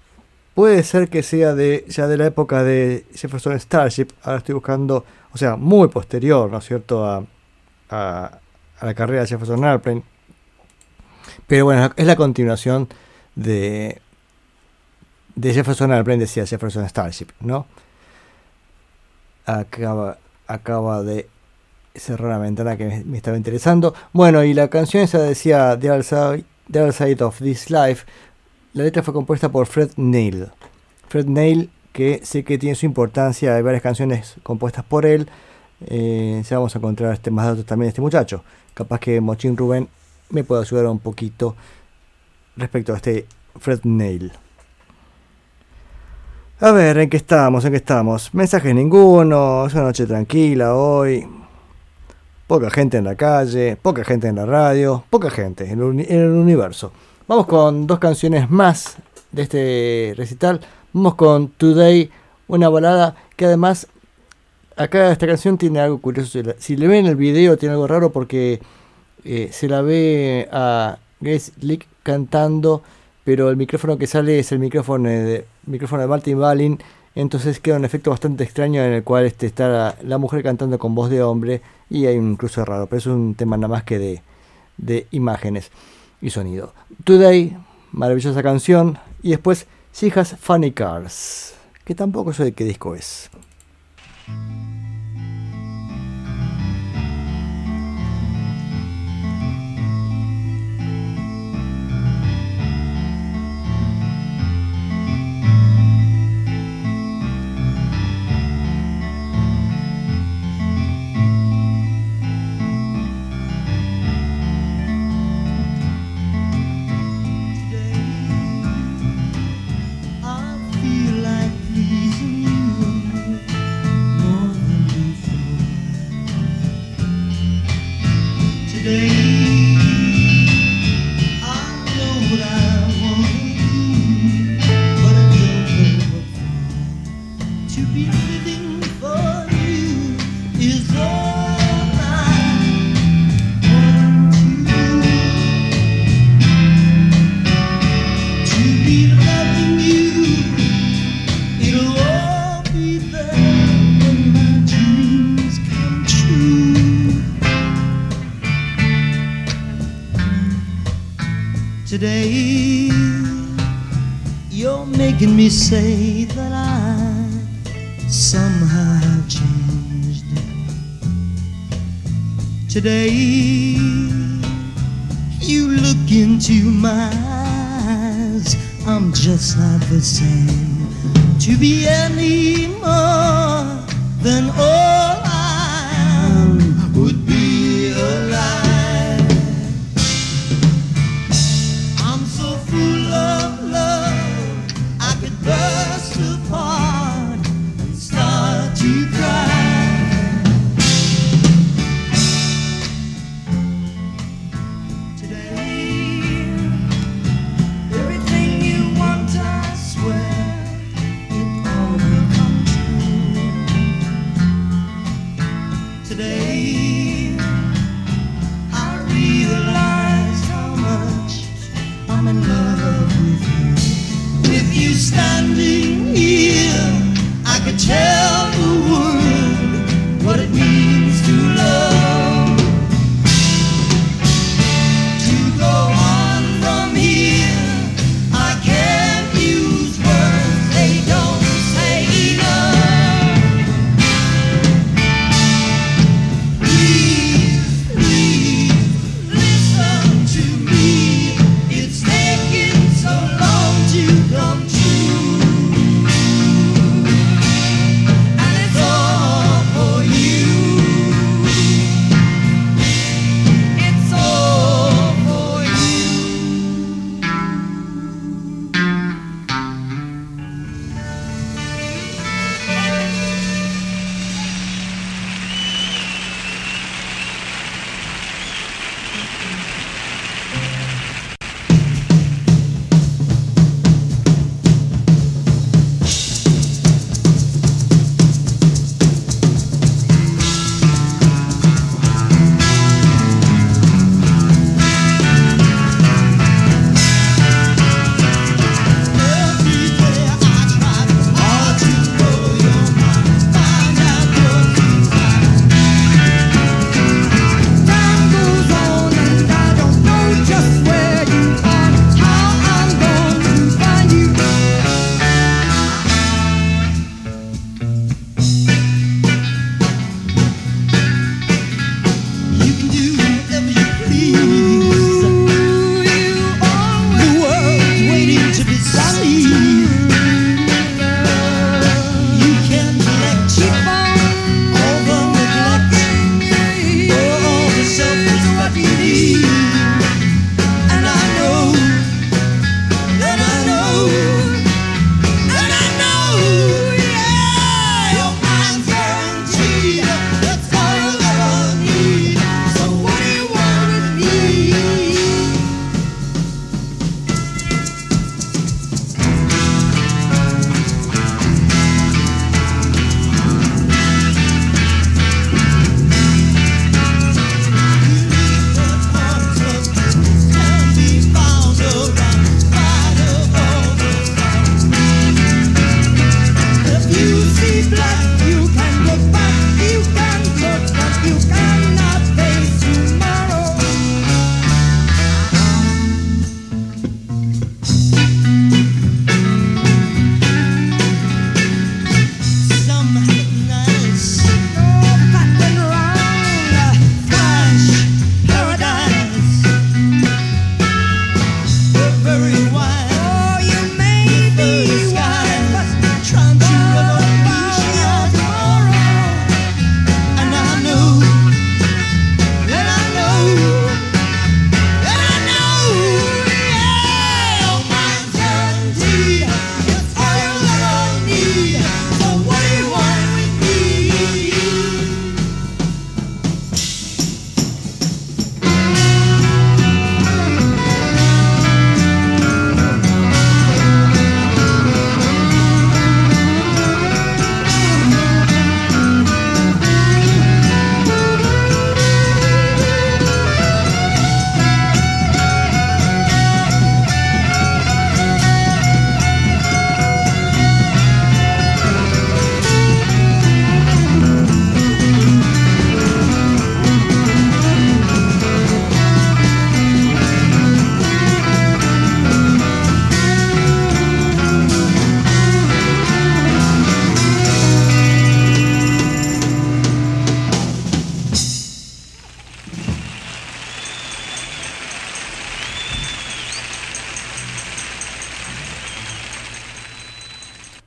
Puede ser que sea de ya de la época de Jefferson Starship. Ahora estoy buscando, o sea, muy posterior, ¿no es cierto?, a, a, a la carrera de Jefferson Airplane. Pero bueno, es la continuación de, de Jefferson Airplane, decía Jefferson Starship, ¿no? Acaba, acaba de cerrar la ventana que me, me estaba interesando. Bueno, y la canción esa decía The Other Side, The Other Side of This Life. La letra fue compuesta por Fred Neil. Fred Neil, que sé que tiene su importancia, hay varias canciones compuestas por él. Eh, ya vamos a encontrar este, más datos también de este muchacho. Capaz que Mochín Rubén me puede ayudar un poquito respecto a este Fred Neil. A ver, ¿en qué estamos? ¿En qué estamos? Mensajes ninguno, es una noche tranquila hoy. Poca gente en la calle, poca gente en la radio, poca gente en el, uni- en el universo. Vamos con dos canciones más de este recital. Vamos con Today, una balada que además, acá esta canción tiene algo curioso. Si le ven el video tiene algo raro porque eh, se la ve a Grace Slick cantando, pero el micrófono que sale es el micrófono de, micrófono de Martin Balin. Entonces queda un efecto bastante extraño en el cual este, está la, la mujer cantando con voz de hombre y hay un cruce raro, pero es un tema nada más que de, de imágenes y sonido. Today, maravillosa canción. Y después She Has Funny Cars, que tampoco sé de qué disco es. Today, you're making me say that I somehow have changed. Today, you look into my eyes, I'm just not the same. To be any more than all I am would be a lie. I'm so full of love, I could burst apart and start to cry. Today, everything you want, I swear, it all will come true. Today, I realize how much I'm in love with you. With you standing here, I could tell the world what it means to love. To go on from here, I can't use words, they don't say enough. Please, please, listen to me. It's taking so long to come true.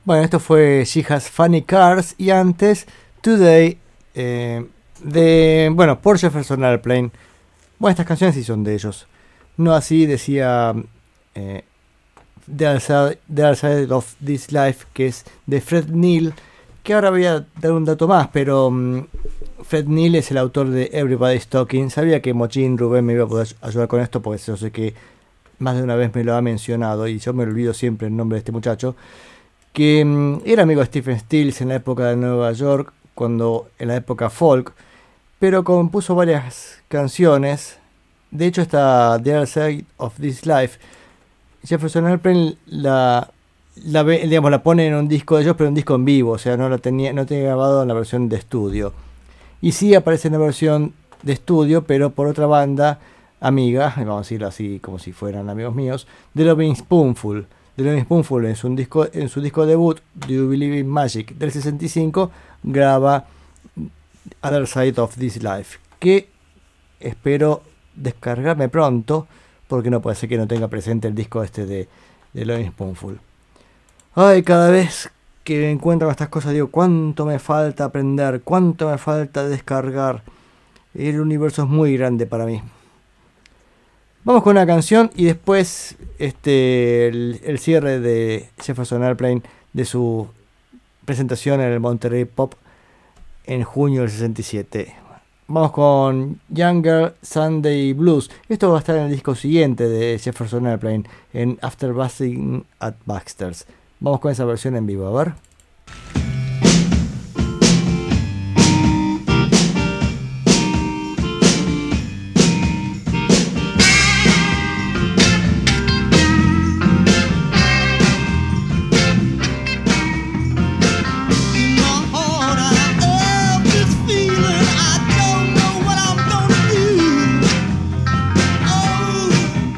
Bueno, esto fue She Has Funny Cars y antes Today eh, de, bueno, por Jefferson Airplane. Bueno, estas canciones sí son de ellos. No así decía eh, The Other Side, The Other Side of This Life, que es de Fred Neil, que ahora voy a dar un dato más, pero um, Fred Neil es el autor de Everybody's Talking. Sabía que Mochín Rubén me iba a poder ayudar con esto, porque yo sé que más de una vez me lo ha mencionado y yo me olvido siempre el nombre de este muchacho, que um, era amigo de Stephen Stills en la época de Nueva York, cuando en la época folk, pero compuso varias canciones. De hecho, esta The Other Side of This Life, Jefferson Airplane la, la, digamos, la pone en un disco de ellos, pero un disco en vivo, o sea, no la tenía, no tenía grabado en la versión de estudio. Y sí aparece en la versión de estudio, pero por otra banda amiga, vamos a decirlo así como si fueran amigos míos, The Loving Spoonful. The Loving Spoonful en su disco, en su disco debut, Do You Believe in Magic, del sesenta y cinco, graba Other Side of This Life, que espero descargarme pronto, porque no puede ser que no tenga presente el disco este de, de Loving Spoonful. Ay, cada vez que me encuentro con estas cosas digo, cuánto me falta aprender, cuánto me falta descargar. El universo es muy grande para mí. Vamos con una canción y después este el, el cierre de Jefferson Airplane de su presentación en el Monterey Pop en junio del sesenta y siete. Vamos con Young Girl Sunday Blues. Esto va a estar en el disco siguiente de Jefferson Airplane, en After Busting at Baxter's. Vamos con esa versión en vivo, a ver.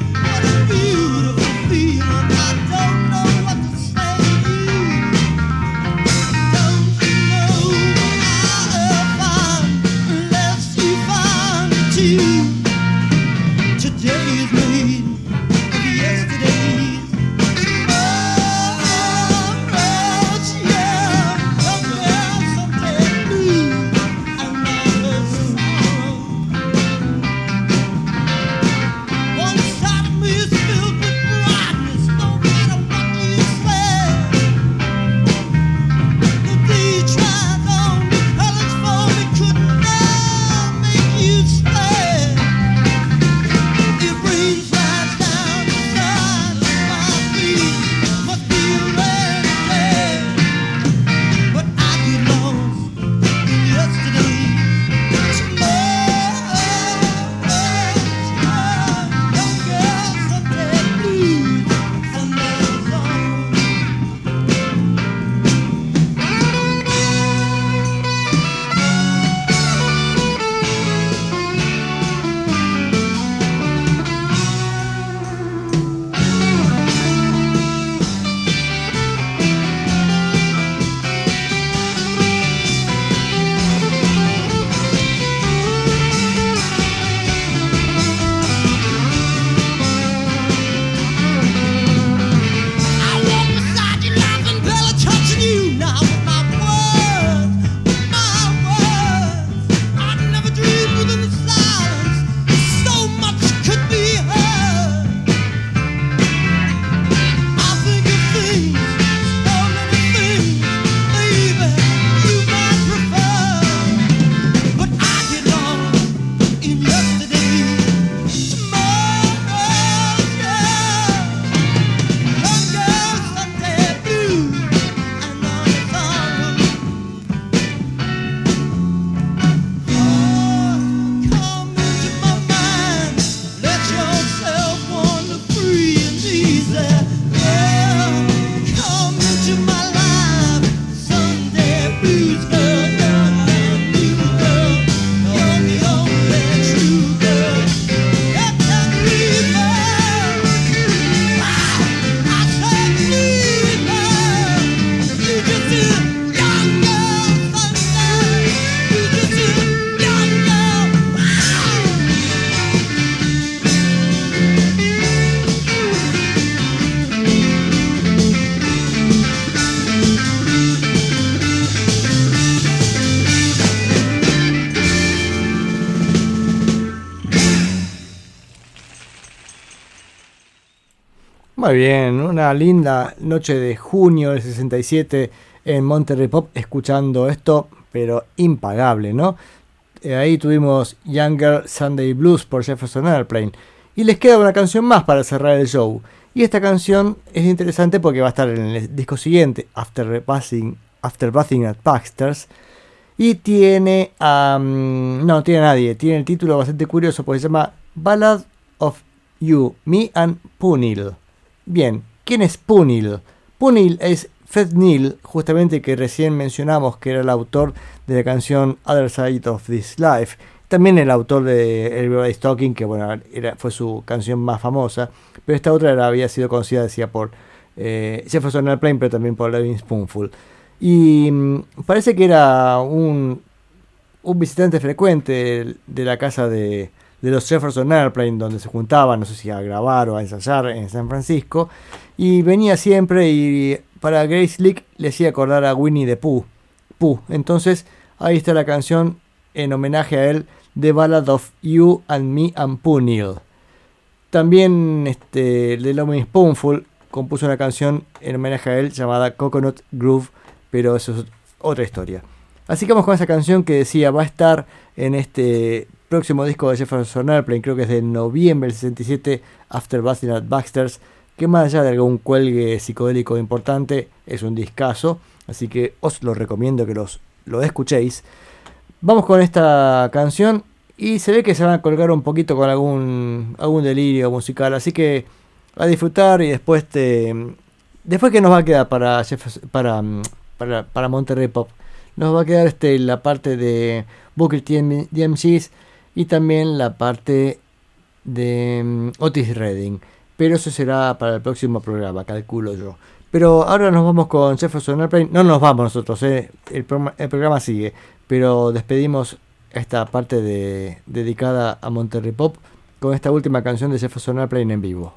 Beautiful feeling, I don't know what to say. Muy bien, una linda noche de junio del sesenta y siete en Monterrey Pop, escuchando esto, pero impagable, ¿no? Eh, ahí tuvimos Younger Sunday Blues por Jefferson Airplane. Y les queda una canción más para cerrar el show. Y esta canción es interesante porque va a estar en el disco siguiente, After Bathing, After Bathing at Baxter's. Y tiene, um, no, tiene a nadie, tiene el título bastante curioso porque se llama Ballad of You, Me and Punil. Bien, ¿quién es Punil? Punil es Fred Neil, justamente que recién mencionamos que era el autor de la canción Other Side of This Life. También el autor de Everybody's Talking, que bueno, era, fue su canción más famosa. Pero esta otra era, había sido conocida, decía, por eh, Jefferson Airplane, pero también por Lovin' Spoonful. Y mmm, parece que era un, un visitante frecuente de, de la casa de, de los Jefferson Airplane, donde se juntaban, no sé si a grabar o a ensayar en San Francisco. Y venía siempre y para Grace Leak le hacía acordar a Winnie the Pooh. Pooh. Entonces ahí está la canción en homenaje a él, The Ballad of You and Me and Punil. También este, The Lovin' Spoonful compuso una canción en homenaje a él llamada Coconut Groove, pero eso es otra historia. Así que vamos con esa canción que decía, va a estar en este próximo disco de Jefferson Airplane, creo que es de noviembre del sesenta y siete, After Bathing at Baxter's, que más allá de algún cuelgue psicodélico importante, es un discazo, así que os lo recomiendo que los, lo escuchéis. Vamos con esta canción y se ve que se van a colgar un poquito con algún, algún delirio musical, así que a disfrutar y después te, después que nos va a quedar para para, para, para Monterrey Pop, nos va a quedar este, la parte de Booker T D M Gs y también la parte de um, Otis Redding, pero eso será para el próximo programa, calculo yo. Pero ahora nos vamos con Jefferson Airplane. No nos vamos nosotros, eh. el, programa, el programa sigue, pero despedimos esta parte de, dedicada a Monterrey Pop con esta última canción de Jefferson Airplane en vivo.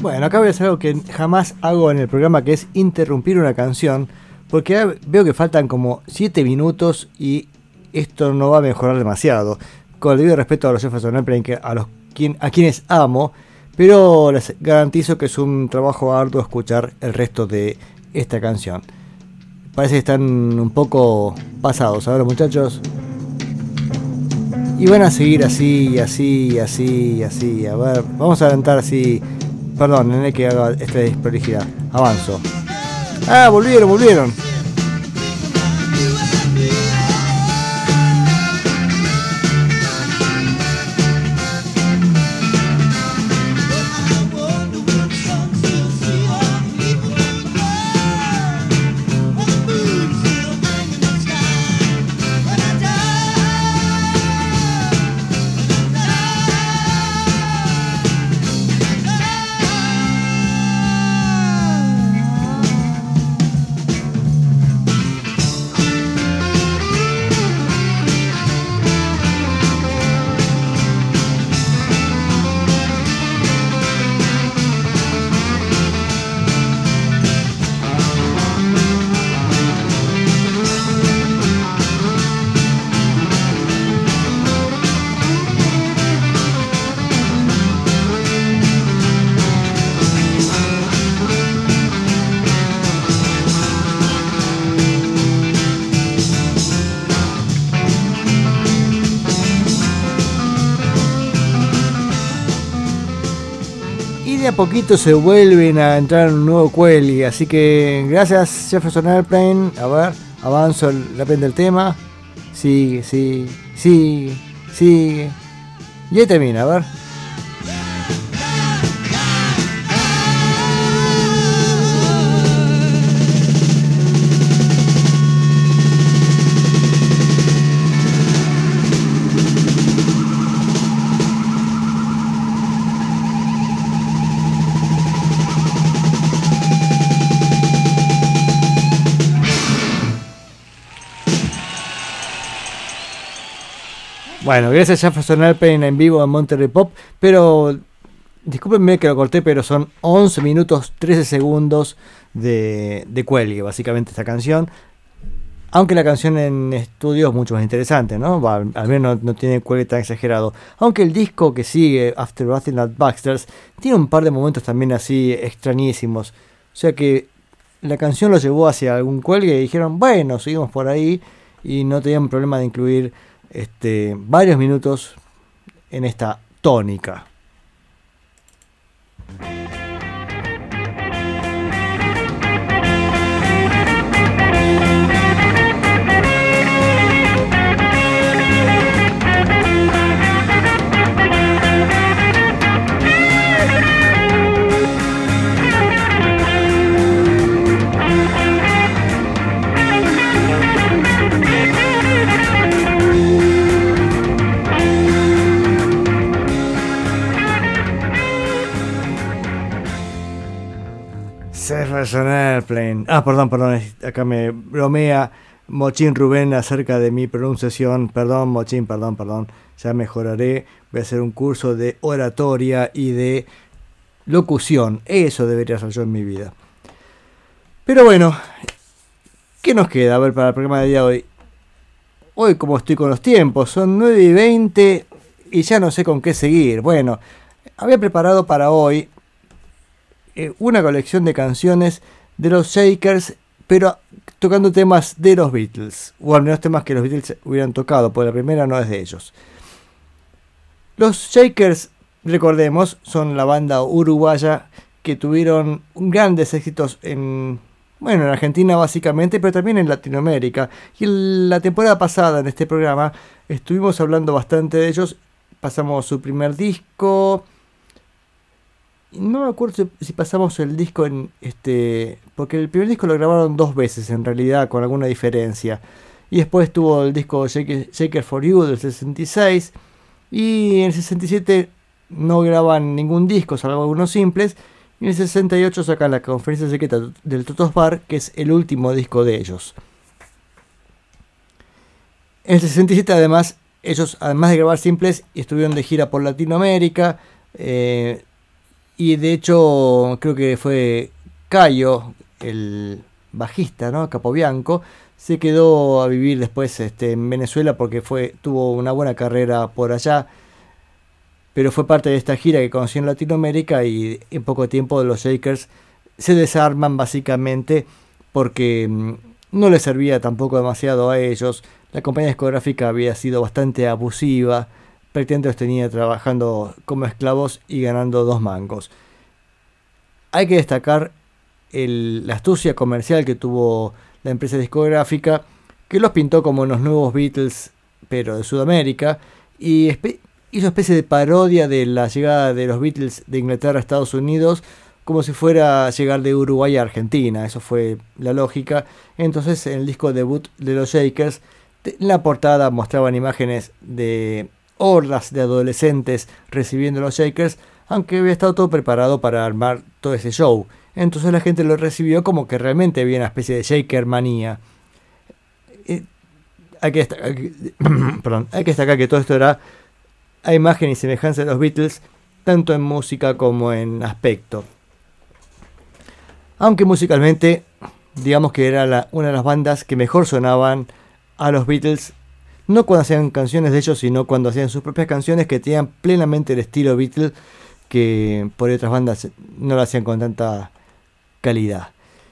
Bueno, acá voy a hacer algo que jamás hago en el programa, que es interrumpir una canción, porque veo que faltan como siete minutos y esto no va a mejorar demasiado. Con el debido respeto a los Jefferson Airplane, a, los, a quienes amo, pero les garantizo que es un trabajo arduo escuchar el resto de esta canción. Parece que están un poco pasados ahora, muchachos. Y van a seguir así, así, así, así. A ver, vamos a adelantar así. Perdón, no hay que haga esta desprolijidad. Avanzo. Ah, volvieron, volvieron. A poquito se vuelven a entrar en un nuevo Quelly, así que gracias Jefferson Airplane. A ver, avanzo el, depende del tema. Sigue, sigue, sigue, sigue. Y ahí termina, a ver. Bueno, gracias a Jefferson Airplane en vivo en Monterrey Pop, pero discúlpenme que lo corté, pero son once minutos trece segundos de, de cuelgue, básicamente esta canción. Aunque la canción en estudio es mucho más interesante, ¿no? Va, al menos no, no tiene cuelgue tan exagerado. Aunque el disco que sigue, After Wrathing at Baxter's, tiene un par de momentos también así extrañísimos. O sea que la canción lo llevó hacia algún cuelgue y dijeron, bueno, seguimos por ahí, y no tenían problema de incluir Este, varios minutos en esta tónica. Jefferson Airplane. Ah, perdón, perdón, acá me bromea Mochín Rubén acerca de mi pronunciación. Perdón, Mochín, perdón, perdón. Ya mejoraré. Voy a hacer un curso de oratoria y de locución. Eso debería ser yo en mi vida. Pero bueno, ¿qué nos queda? A ver, para el programa de día de hoy. Hoy, como estoy con los tiempos, son nueve y veinte y ya no sé con qué seguir. Bueno, había preparado para hoy una colección de canciones de los Shakers, pero tocando temas de los Beatles, o al menos temas que los Beatles hubieran tocado, porque la primera no es de ellos. Los Shakers, recordemos, son la banda uruguaya que tuvieron grandes éxitos en, bueno, en Argentina básicamente, pero también en Latinoamérica. Y en la temporada pasada en este programa estuvimos hablando bastante de ellos. Pasamos su primer disco. No me acuerdo si, si pasamos el disco en este, porque el primer disco lo grabaron dos veces en realidad, con alguna diferencia. Y después tuvo el disco Shaker, Shaker for You del sesenta y seis. Y en el sesenta y siete no graban ningún disco, salvo algunos simples. Y en el sesenta y ocho sacan la Conferencia Secreta del Totos Bar, que es el último disco de ellos. En el sesenta y siete además, ellos además de grabar simples, estuvieron de gira por Latinoamérica. Eh, Y de hecho, creo que fue Cayo, el bajista, ¿no? Capobianco, se quedó a vivir después este, en Venezuela porque fue, tuvo una buena carrera por allá, pero fue parte de esta gira que conoció en Latinoamérica y en poco tiempo los Shakers se desarman básicamente porque mmm, no les servía tampoco demasiado a ellos. La compañía discográfica había sido bastante abusiva, prácticamente los tenía trabajando como esclavos y ganando dos mangos. Hay que destacar el, la astucia comercial que tuvo la empresa discográfica, que los pintó como unos nuevos Beatles, pero de Sudamérica, y espe- hizo especie de parodia de la llegada de los Beatles de Inglaterra a Estados Unidos, como si fuera llegar de Uruguay a Argentina. Eso fue la lógica. Entonces, en el disco debut de los Shakers, en la portada mostraban imágenes de hordas de adolescentes recibiendo los Shakers, aunque había estado todo preparado para armar todo ese show. Entonces la gente lo recibió como que realmente había una especie de Shaker manía. Eh, hay, que destacar, perdón, hay que destacar que todo esto era a imagen y semejanza de los Beatles, tanto en música como en aspecto. Aunque musicalmente, digamos que era la, una de las bandas que mejor sonaban a los Beatles, no cuando hacían canciones de ellos, sino cuando hacían sus propias canciones que tenían plenamente el estilo Beatles, que por otras bandas no lo hacían con tanta calidad.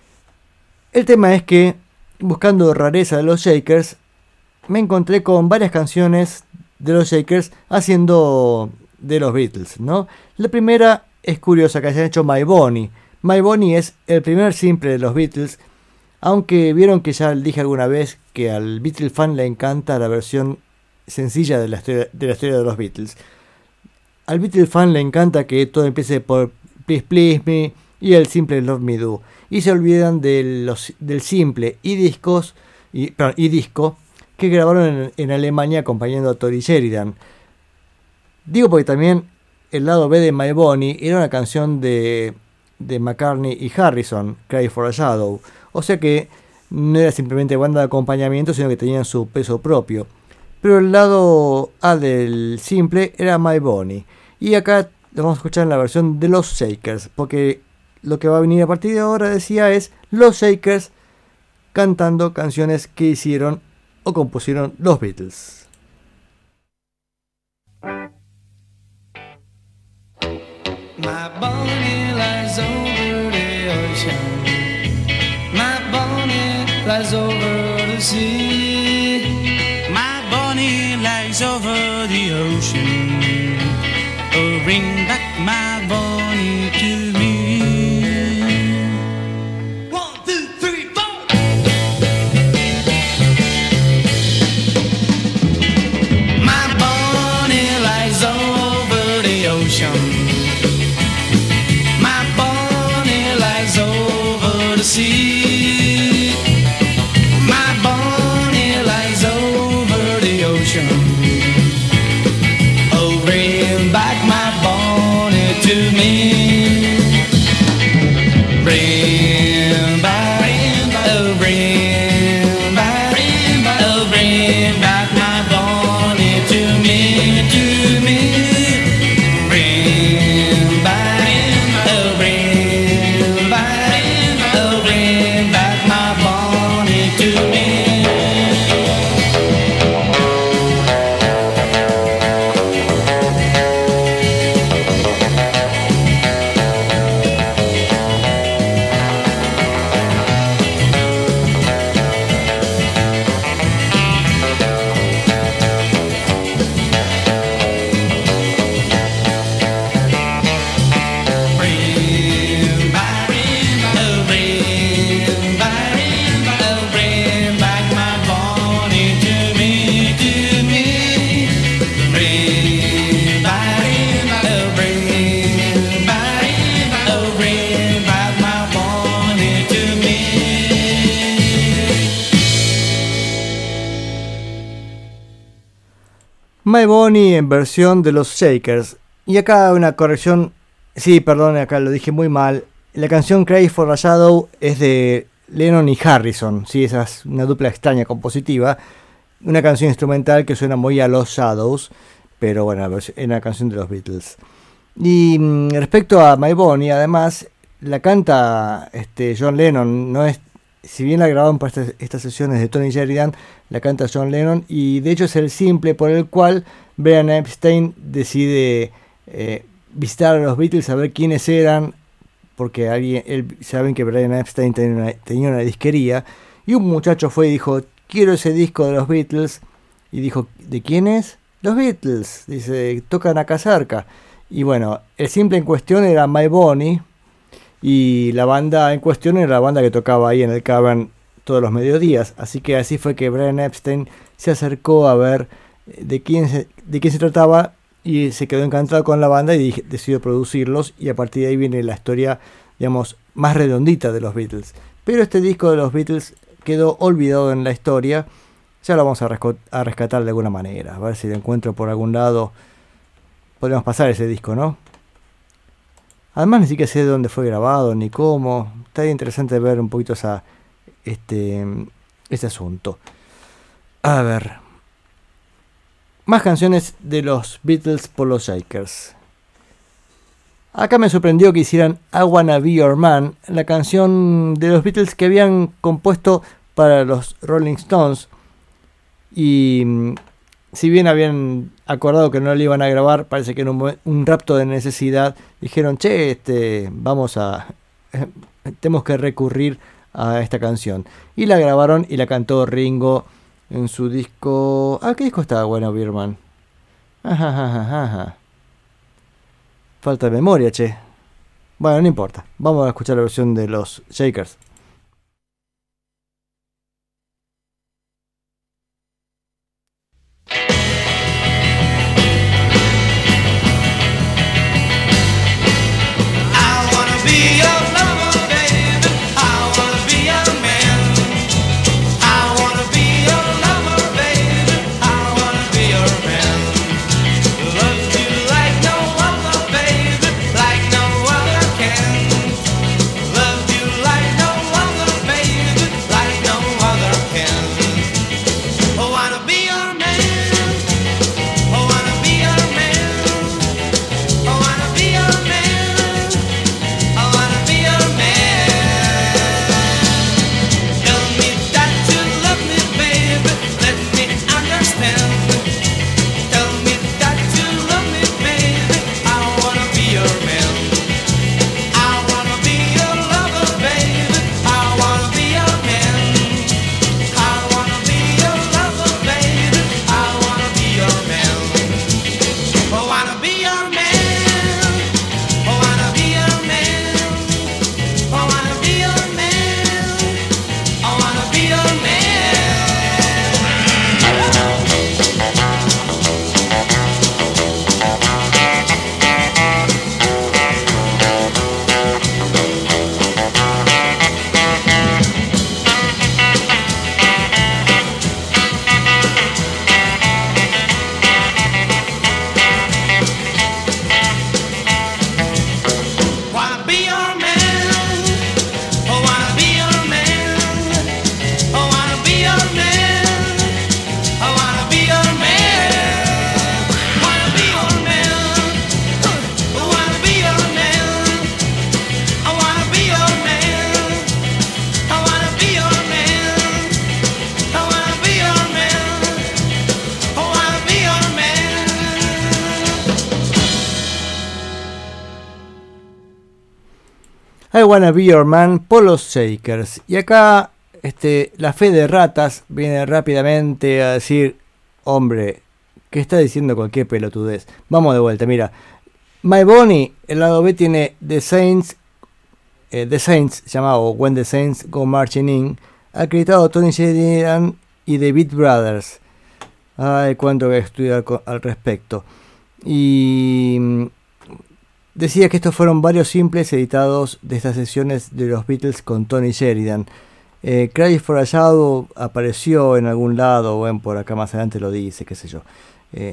El tema es que, buscando rareza de los Shakers, me encontré con varias canciones de los Shakers haciendo de los Beatles, ¿no? La primera es curiosa, que hayan hecho My Bonnie. My Bonnie es el primer simple de los Beatles, aunque vieron que ya dije alguna vez que al Beatle fan le encanta la versión sencilla de la historia de, la historia de los Beatles. Al Beatle fan le encanta que todo empiece por Please Please Me y el simple Love Me Do, y se olvidan de los, del simple y discos y, perdón, y disco que grabaron en, en Alemania acompañando a Tori Sheridan. Digo porque también el lado B de My Bonnie era una canción de, de McCartney y Harrison, Cry for a Shadow, o sea que no era simplemente banda de acompañamiento, sino que tenían su peso propio. Pero el lado A del simple era My Bonnie, y acá lo vamos a escuchar en la versión de los Shakers, porque lo que va a venir a partir de ahora, decía, es los Shakers cantando canciones que hicieron o compusieron los Beatles. My Bonnie lies over the ocean. My Bonnie lies over the sea. My Bonnie lies over the ocean. Oh, bring back my Bonnie to me. One, two, three, four. My Bonnie lies over the ocean. My Bonnie lies over the sea. My Bonnie lies over the ocean. Oh, bring back my Bonnie to me. Bring back, oh, bring back, oh, bring back my Bonnie to me, to me. Bring back, oh, bring back, oh, bring back my Bonnie to me. Bring back, oh, bring back, oh, bring back my Bonnie to me, to me. Bring back, oh, bring back, oh, bring back my Bonnie to me. My Bonnie en versión de los Shakers. Y acá una corrección. Sí, perdón, acá lo dije muy mal. La canción Cry for a Shadow es de Lennon y Harrison. Sí, esa es una dupla extraña compositiva. Una canción instrumental que suena muy a los Shadows, pero bueno, es una canción de los Beatles. Y mm, respecto a My Bonnie, además, la canta este, John Lennon, no es, si bien la grabaron para estas, estas sesiones de Tony Sheridan, la canta John Lennon, y de hecho es el simple por el cual Brian Epstein decide eh, visitar a los Beatles a ver quiénes eran, porque alguien, él, saben que Brian Epstein tenía una, tenía una disquería, y un muchacho fue y dijo, quiero ese disco de los Beatles, y dijo, ¿de quién es? Los Beatles, dice, tocan acá cerca. Y bueno, el simple en cuestión era My Bonnie, y la banda en cuestión era la banda que tocaba ahí en el Cavern todos los mediodías. Así que así fue que Brian Epstein se acercó a ver de quién se, de quién se trataba, y se quedó encantado con la banda y decidió producirlos, y a partir de ahí viene la historia, digamos, más redondita de los Beatles. Pero este disco de los Beatles quedó olvidado en la historia. Ya lo vamos a, resco- a rescatar de alguna manera, a ver si lo encuentro por algún lado. Podemos pasar ese disco, ¿no? Además ni siquiera sé dónde fue grabado ni cómo. Está interesante ver un poquito esa, este, este asunto. A ver. Más canciones de los Beatles por los Shakers. Acá me sorprendió que hicieran I Wanna Be Your Man, la canción de los Beatles que habían compuesto para los Rolling Stones. Y si bien habían acordado que no lo iban a grabar, parece que en un, un rapto de necesidad dijeron, che, este, vamos a, eh, tenemos que recurrir a esta canción. Y la grabaron y la cantó Ringo en su disco... Ah, ¿qué disco está? Bueno, Birman. Ajá, ajá, ajá. Falta de memoria, che. Bueno, no importa. Vamos a escuchar la versión de los Shakers. I Wanna Be Your Man por los Shakers. Y acá este, la fe de ratas viene rápidamente a decir, hombre, que está diciendo cualquier pelotudez. Vamos de vuelta, mira. My Bonnie, el lado B tiene The Saints, eh, The Saints, llamado When the Saints Go Marching In, acreditado a Tony Sheridan y The Beat Brothers. Ay, cuánto voy a estudiar al respecto. Y decía que estos fueron varios simples editados de estas sesiones de los Beatles con Tony Sheridan. Eh, Cry for a Shadow apareció en algún lado, bueno, por acá más adelante lo dice, qué sé yo. Eh,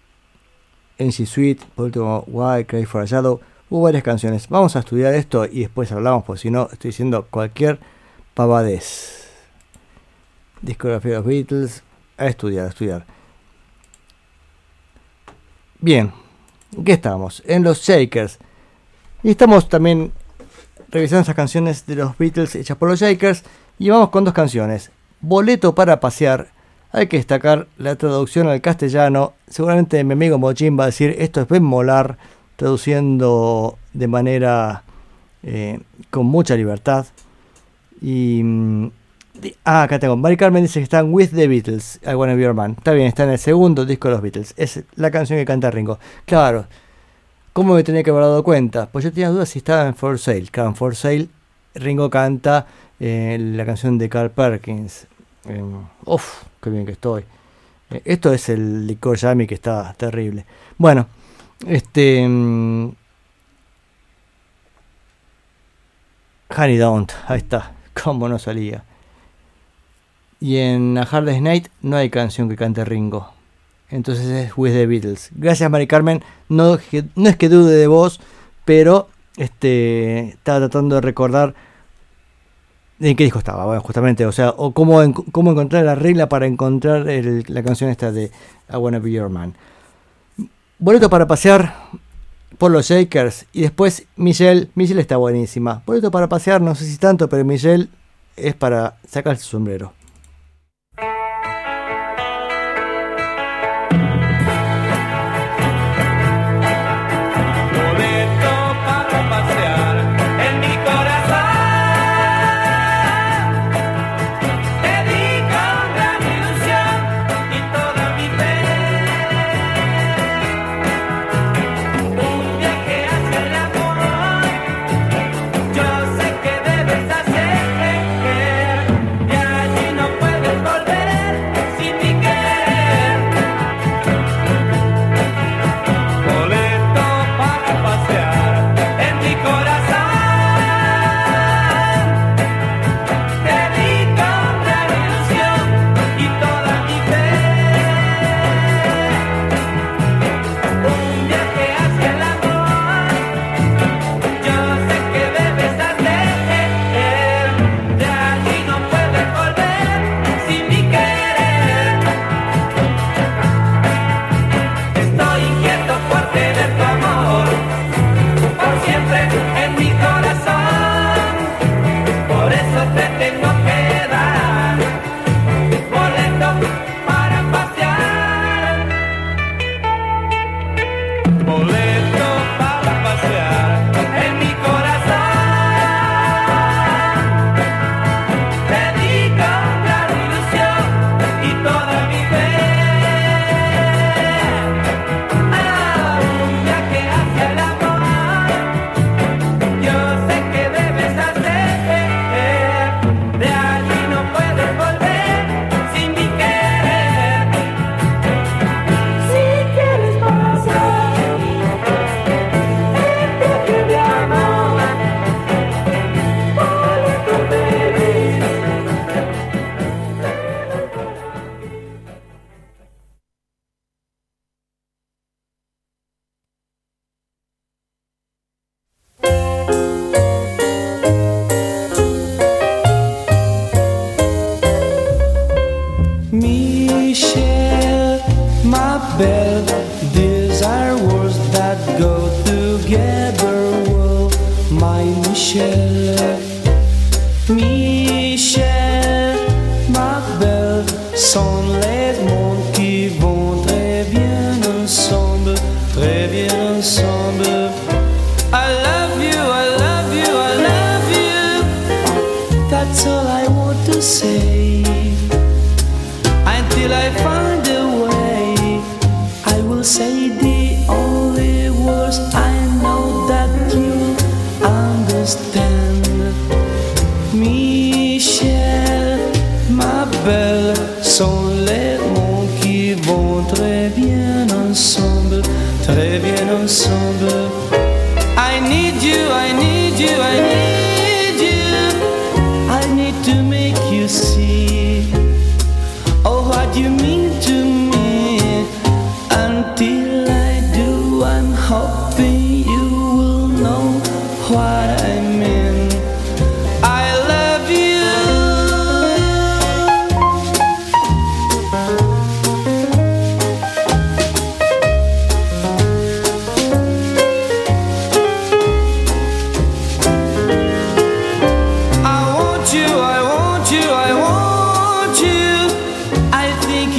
N C Suite, por último, Why, Cry for a Shadow. Hubo varias canciones. Vamos a estudiar esto y después hablamos, porque si no estoy diciendo cualquier pavadez. Discografía de los Beatles. A estudiar, a estudiar. Bien. ¿Qué estamos? En los Shakers. Y estamos también revisando esas canciones de los Beatles hechas por los Shakers. Y vamos con dos canciones. Boleto para pasear. Hay que destacar la traducción al castellano. Seguramente mi amigo Mochín va a decir esto es bemolar, traduciendo de manera eh, con mucha libertad. Y mm, ah, acá tengo. Mari Carmen dice que están With the Beatles, I Wanna Be Your Man. Está bien, está en el segundo disco de los Beatles. Es la canción que canta Ringo. Claro, ¿cómo me tenía que haber dado cuenta? Pues yo tenía dudas si estaba en For Sale. Claro, en For Sale Ringo canta eh, la canción de Carl Perkins. Eh, uf, qué bien que estoy. Eh, esto es el licor Yami que está terrible. Bueno, este... Um, Honey Don't, ahí está. Cómo no salía. Y en A Hard Day's Night no hay canción que cante Ringo. Entonces es With the Beatles. Gracias, Mari Carmen. No, no es que dude de vos, pero este, estaba tratando de recordar en qué disco estaba. Bueno, justamente, o sea, o cómo, cómo encontrar la regla para encontrar el, la canción esta de I Wanna Be Your Man. Boleto para pasear por los Shakers. Y después Michelle. Michelle está buenísima. Boleto para pasear, no sé si tanto, pero Michelle es para sacarse su sombrero.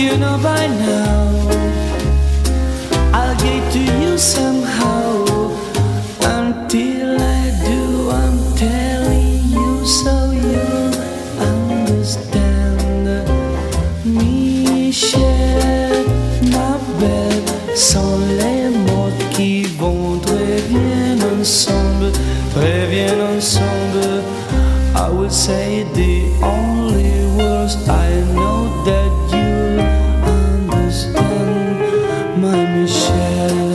you know by now I'll get to you somehow. Until I do, I'm telling you so you'll understand. Michel, ma belle, sont les mots qui vont très bien ensemble, très bien ensemble. I would say the only words I know that you'll understand, my Michelle.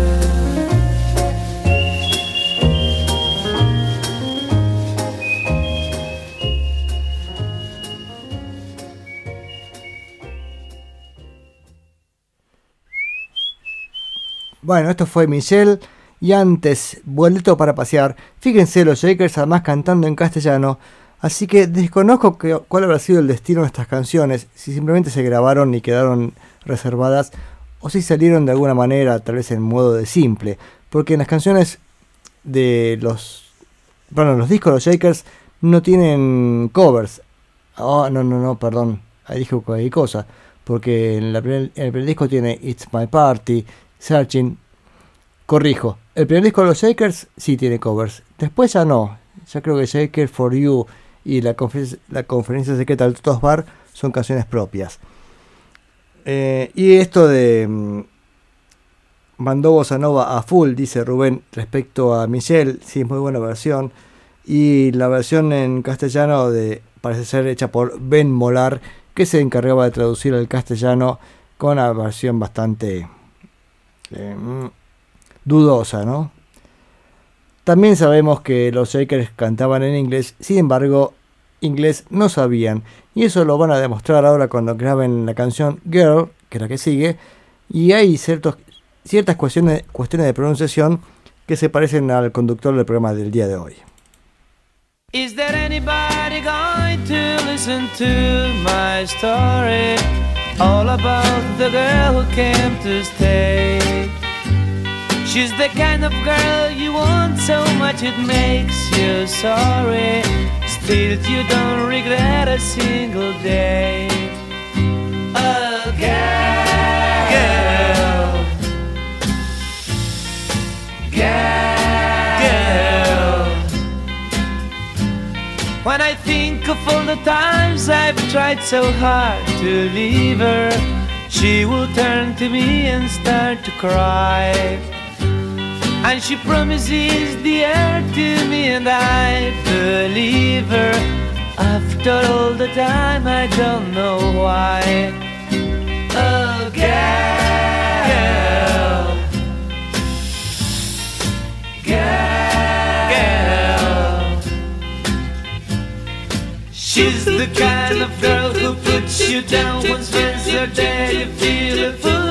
Bueno, esto fue Michelle. Y antes, Boleto para pasear. Fíjense, los Shakers además cantando en castellano. Así que desconozco que, cuál habrá sido el destino de estas canciones. Si simplemente se grabaron y quedaron reservadas, o si salieron de alguna manera, tal vez en modo de simple. Porque en las canciones de los... Bueno, los discos de los Shakers no tienen covers. Oh, no, no, no, perdón. Ahí dije cualquier cosa. Porque en, la primer, en el primer disco tiene It's My Party, Searching. Corrijo, el primer disco de los Shakers sí tiene covers. Después ya no. Ya creo que Shaker for You y la, confer- la conferencia secreta del Totos Bar son canciones propias. Eh, y esto de mmm, mandó Bossa Nova a full, dice Rubén, respecto a Michelle. Sí, es muy buena versión. Y la versión en castellano de parece ser hecha por Ben Molar, que se encargaba de traducir al castellano con una versión bastante... Eh, dudosa, ¿no? También sabemos que los Shakers cantaban en inglés, sin embargo, inglés no sabían, y eso lo van a demostrar ahora cuando graben la canción Girl, que es la que sigue, y hay ciertos, ciertas cuestiones, cuestiones de pronunciación que se parecen al conductor del programa del día de hoy. Is there anybody going to listen to my story? All about the girl who came to stay. She's the kind of girl you want so much it makes you sorry. Still you don't regret a single day. A girl, girl, girl. When I think of all the times I've tried so hard to leave her, she will turn to me and start to cry. And she promises the earth to me, and I believe her. After all the time, I don't know why. Oh, girl, girl, girl. She's the kind of girl who puts you down when friends are there. You feel a fool.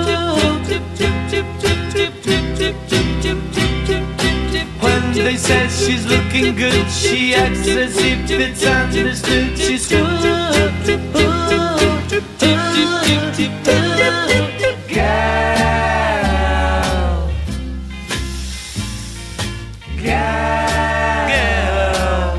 When they say she's looking good, she acts as if it's understood. She's good. Girl, girl.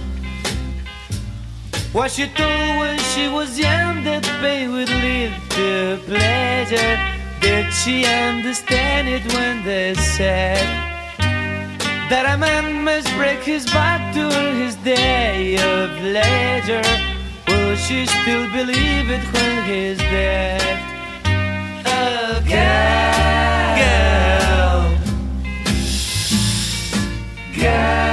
What she told when she was young, that pain would lead to pleasure. Did she understand it when they said that a man must break his back to earn his day of leisure? Will she still believe it when he's dead? Oh, girl, girl, girl.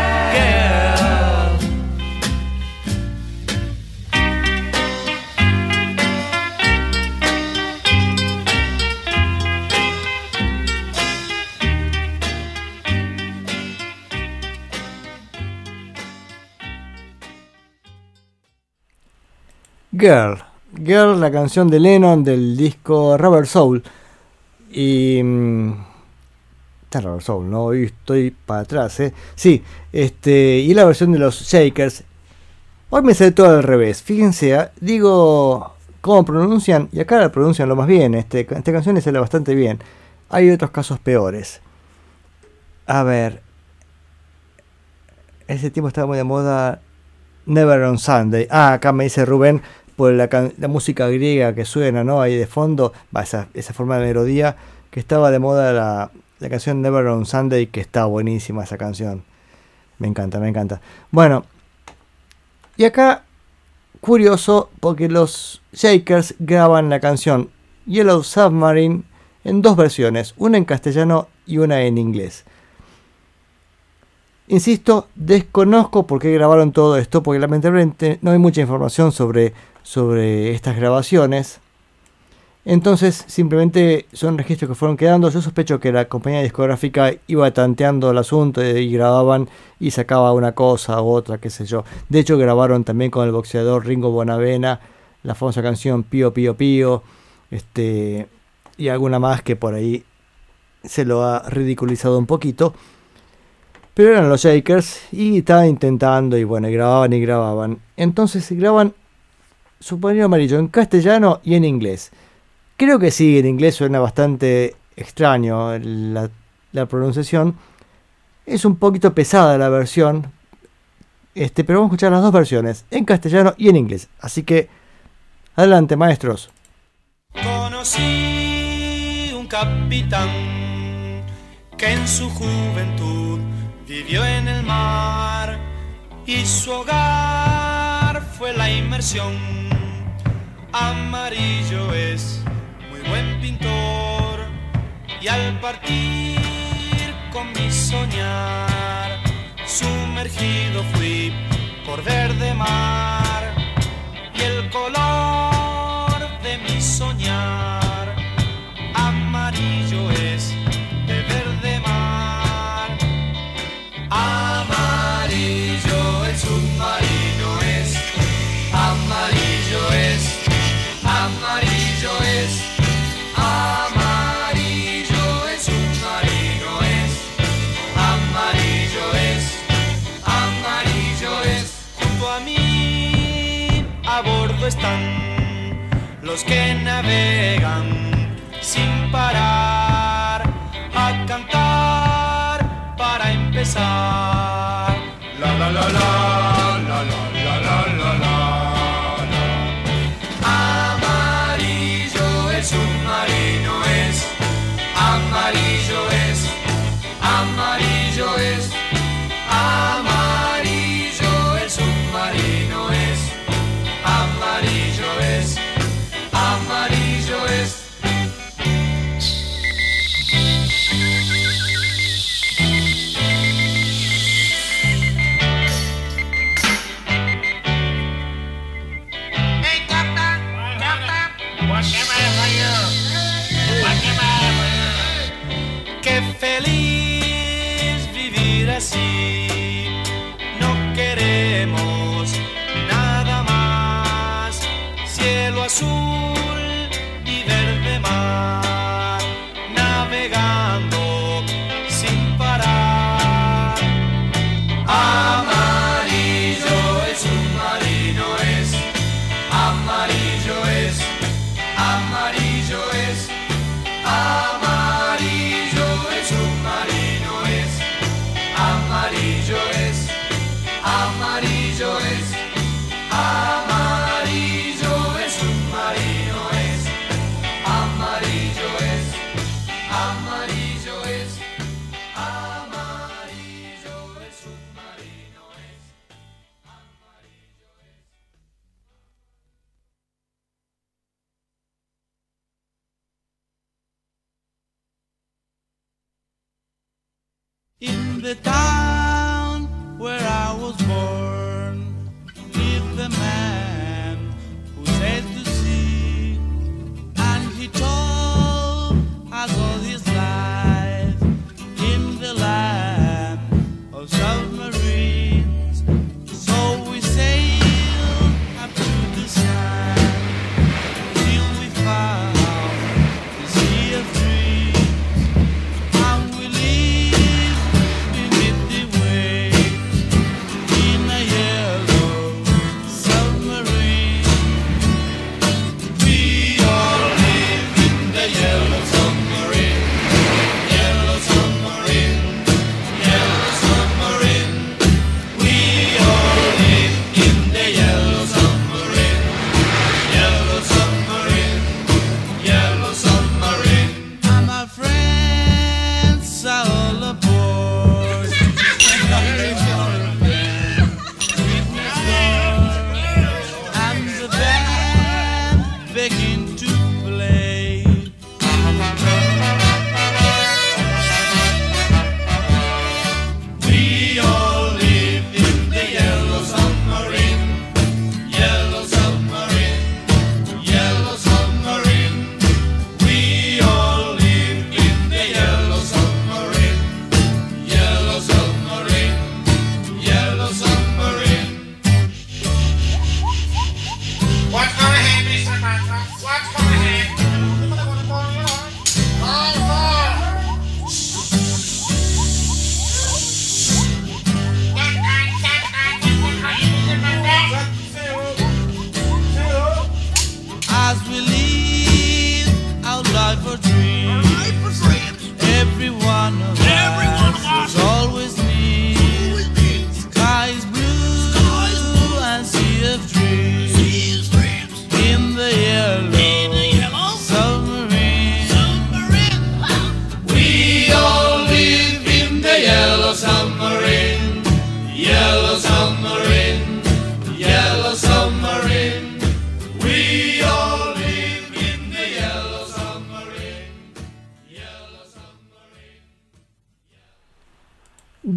Girl, Girl, la canción de Lennon del disco Rubber Soul. Y... Está Rubber Soul, ¿no? Hoy estoy para atrás, ¿eh? Sí, este, y la versión de los Shakers. Hoy me sale todo al revés. Fíjense, ¿eh? Digo cómo pronuncian, y acá la pronuncian lo más bien. Este, esta canción le sale bastante bien. Hay otros casos peores. A ver. Ese tiempo estaba muy de moda. Never on Sunday. Ah, acá me dice Rubén. por la, can- la música griega que suena, ¿no? Ahí de fondo, va, esa, esa forma de melodía, que estaba de moda la, la canción Never on Sunday, que está buenísima esa canción. Me encanta, me encanta. Bueno, y acá, curioso, porque los Shakers graban la canción Yellow Submarine en dos versiones, una en castellano y una en inglés. Insisto, desconozco por qué grabaron todo esto, porque lamentablemente no hay mucha información sobre, sobre estas grabaciones. Entonces simplemente son registros que fueron quedando. Yo sospecho que la compañía discográfica iba tanteando el asunto y grababan y sacaba una cosa u otra, qué sé yo. De hecho grabaron también con el boxeador Ringo Bonavena la famosa canción Pío Pío Pío, este, y alguna más que por ahí se lo ha ridiculizado un poquito. Pero eran los Shakers y estaban intentando y bueno, y grababan y grababan. Entonces graban Submarino Amarillo en castellano y en inglés. Creo que sí, en inglés suena bastante extraño la, la pronunciación. Es un poquito pesada la versión, este, pero vamos a escuchar las dos versiones, en castellano y en inglés. Así que, adelante, maestros. Conocí un capitán que en su juventud vivió en el mar y su hogar fue la inmersión. Amarillo es muy buen pintor y al partir con mi soñar sumergido fui por verde mar y el color de mi soñar amarillo es de verde mar. Amarillo el submarino es, amarillo es, amarillo es, amarillo el submarino es, amarillo es, amarillo es. Junto a mí a bordo están los que navegan sin parar a cantar para empezar. La la la la la la la la la la. Amarillo el submarino es, amarillo es, amarillo es, amarillo el submarino es, amarillo es, amarillo es. Hey, Captain! Captain! What can I for you? What can I for you? Qué feliz vivir así. No queremos nada más. Cielo azul y verde mar, navegando sin parar. Amarillo el submarino es, amarillo es, amarillo es, amarillo el submarino es, amarillo es, amarillo es, amarillo el submarino es, amarillo es, amarillo es, amarillo el submarino es, amarillo es. In the town where I was born lived the man who sailed to sea, and he told us all his life in the land of submarines. So we sailed up to the sand till we found the sea of dreams, and we lived beneath the waves in a yellow submarine. We all live in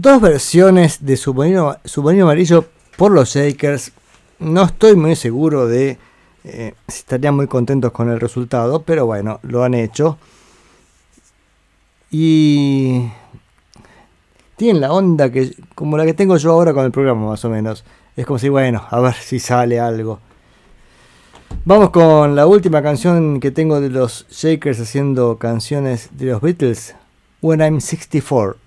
dos versiones de Submarino, Submarino Amarillo por los Shakers. No estoy muy seguro de eh, si estarían muy contentos con el resultado, pero bueno, lo han hecho. Y tienen la onda que como la que tengo yo ahora con el programa, más o menos. Es como si, bueno, a ver si sale algo. Vamos con la última canción que tengo de los Shakers haciendo canciones de los Beatles, When I'm sixty-four.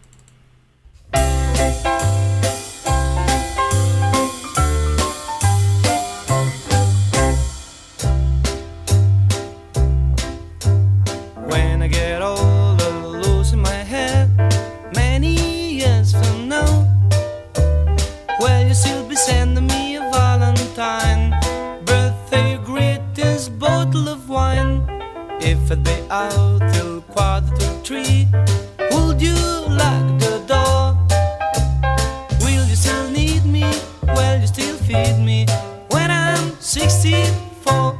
When I get old, I'll lose in my head many years from now. Will you still be sending me a Valentine? Birthday greetings, bottle of wine. If I'd be out till quarter to three, would you lock the door? Will you still need me? Will you still feed me when I'm sixty-four?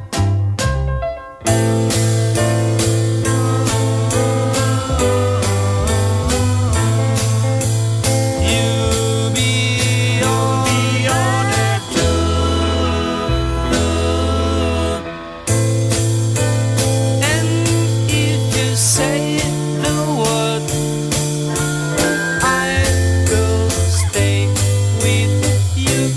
You be on the order too. And if you say the word, I will stay with you.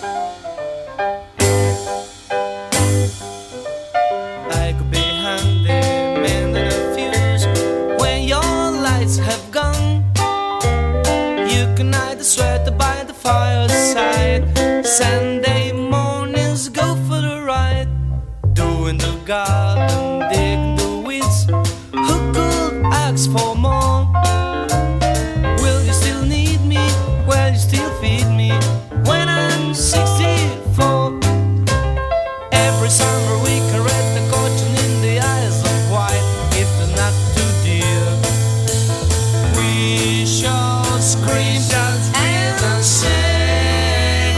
I could be handy, mending a fuse when your lights have gone. You can either sweat by the fireside, Sunday mornings go for the ride, doing the garden, digging the weeds. Who could ask for more? Will you still need me? Will you still feed me when I'm sixty-four? Every summer we can read the caution in the eyes of white. If it's not too dear, we shall scream and sing.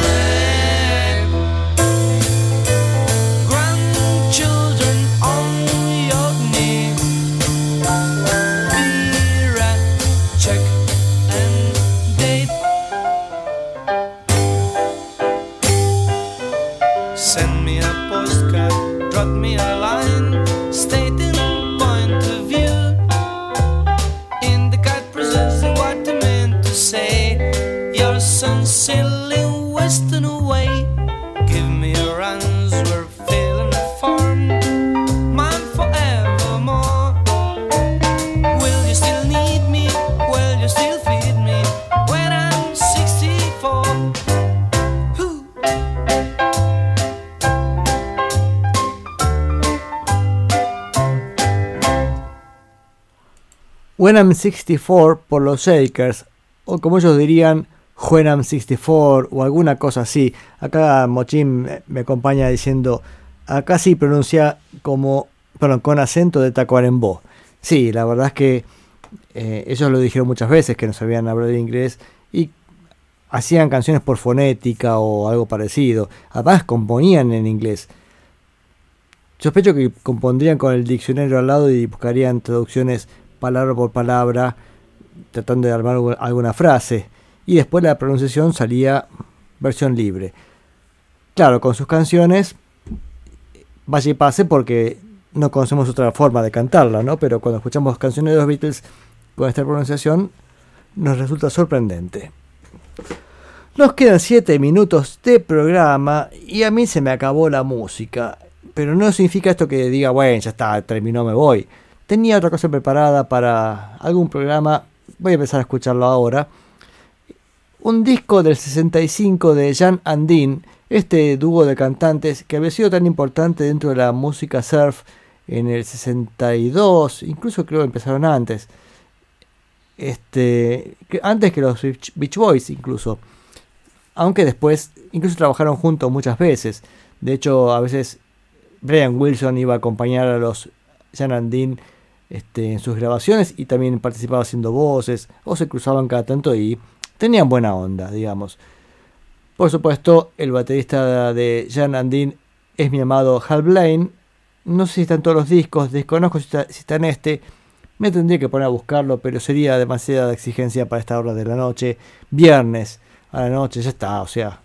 Grandchildren on your knee, Vera, Chuck and Dave. Send me a postcard, drop me a line, stating point of view. Indicate precisely what you meant to say. You're some silly western away. Give me a runs, we're feeling formed, mine forevermore. Will you still need me? Will you still feed me when I'm sixty-four? Who? When I'm sixty-four por los Shakers, o como ellos dirían, When I'm sixty-four o alguna cosa así. Acá Mochín me- me acompaña diciendo, acá sí pronuncia como, perdón, con acento de Tacuarembó. Sí, la verdad es que eh, ellos lo dijeron muchas veces, que no sabían hablar inglés y hacían canciones por fonética o algo parecido. Además componían en inglés. Sospecho que compondrían con el diccionario al lado y buscarían traducciones palabra por palabra, tratando de armar algu- alguna frase. Y después la pronunciación salía versión libre. Claro, con sus canciones, vaya y pase porque no conocemos otra forma de cantarla, ¿no? Pero cuando escuchamos canciones de los Beatles con esta pronunciación, nos resulta sorprendente. Nos quedan siete minutos de programa y a mí se me acabó la música. Pero no significa esto que diga, bueno, ya está, terminó, me voy. Tenía otra cosa preparada para algún programa, voy a empezar a escucharlo ahora. Un disco del sesenta y cinco de Jan and Dean, este dúo de cantantes que había sido tan importante dentro de la música surf en el sesenta y dos, incluso creo que empezaron antes. Este, que- antes que los Beach Beach Boys incluso. Aunque después incluso trabajaron juntos muchas veces. De hecho, a veces Brian Wilson iba a acompañar a los Jan and Dean este, en sus grabaciones y también participaba haciendo voces o se cruzaban cada tanto y tenían buena onda, digamos. Por supuesto, el baterista de Jan and Dean es mi amado Hal Blaine. No sé si está en todos los discos, desconozco si está, si está en este, Me tendría que poner a buscarlo, pero sería demasiada exigencia para esta hora de la noche. Viernes a la noche, ya está, o sea,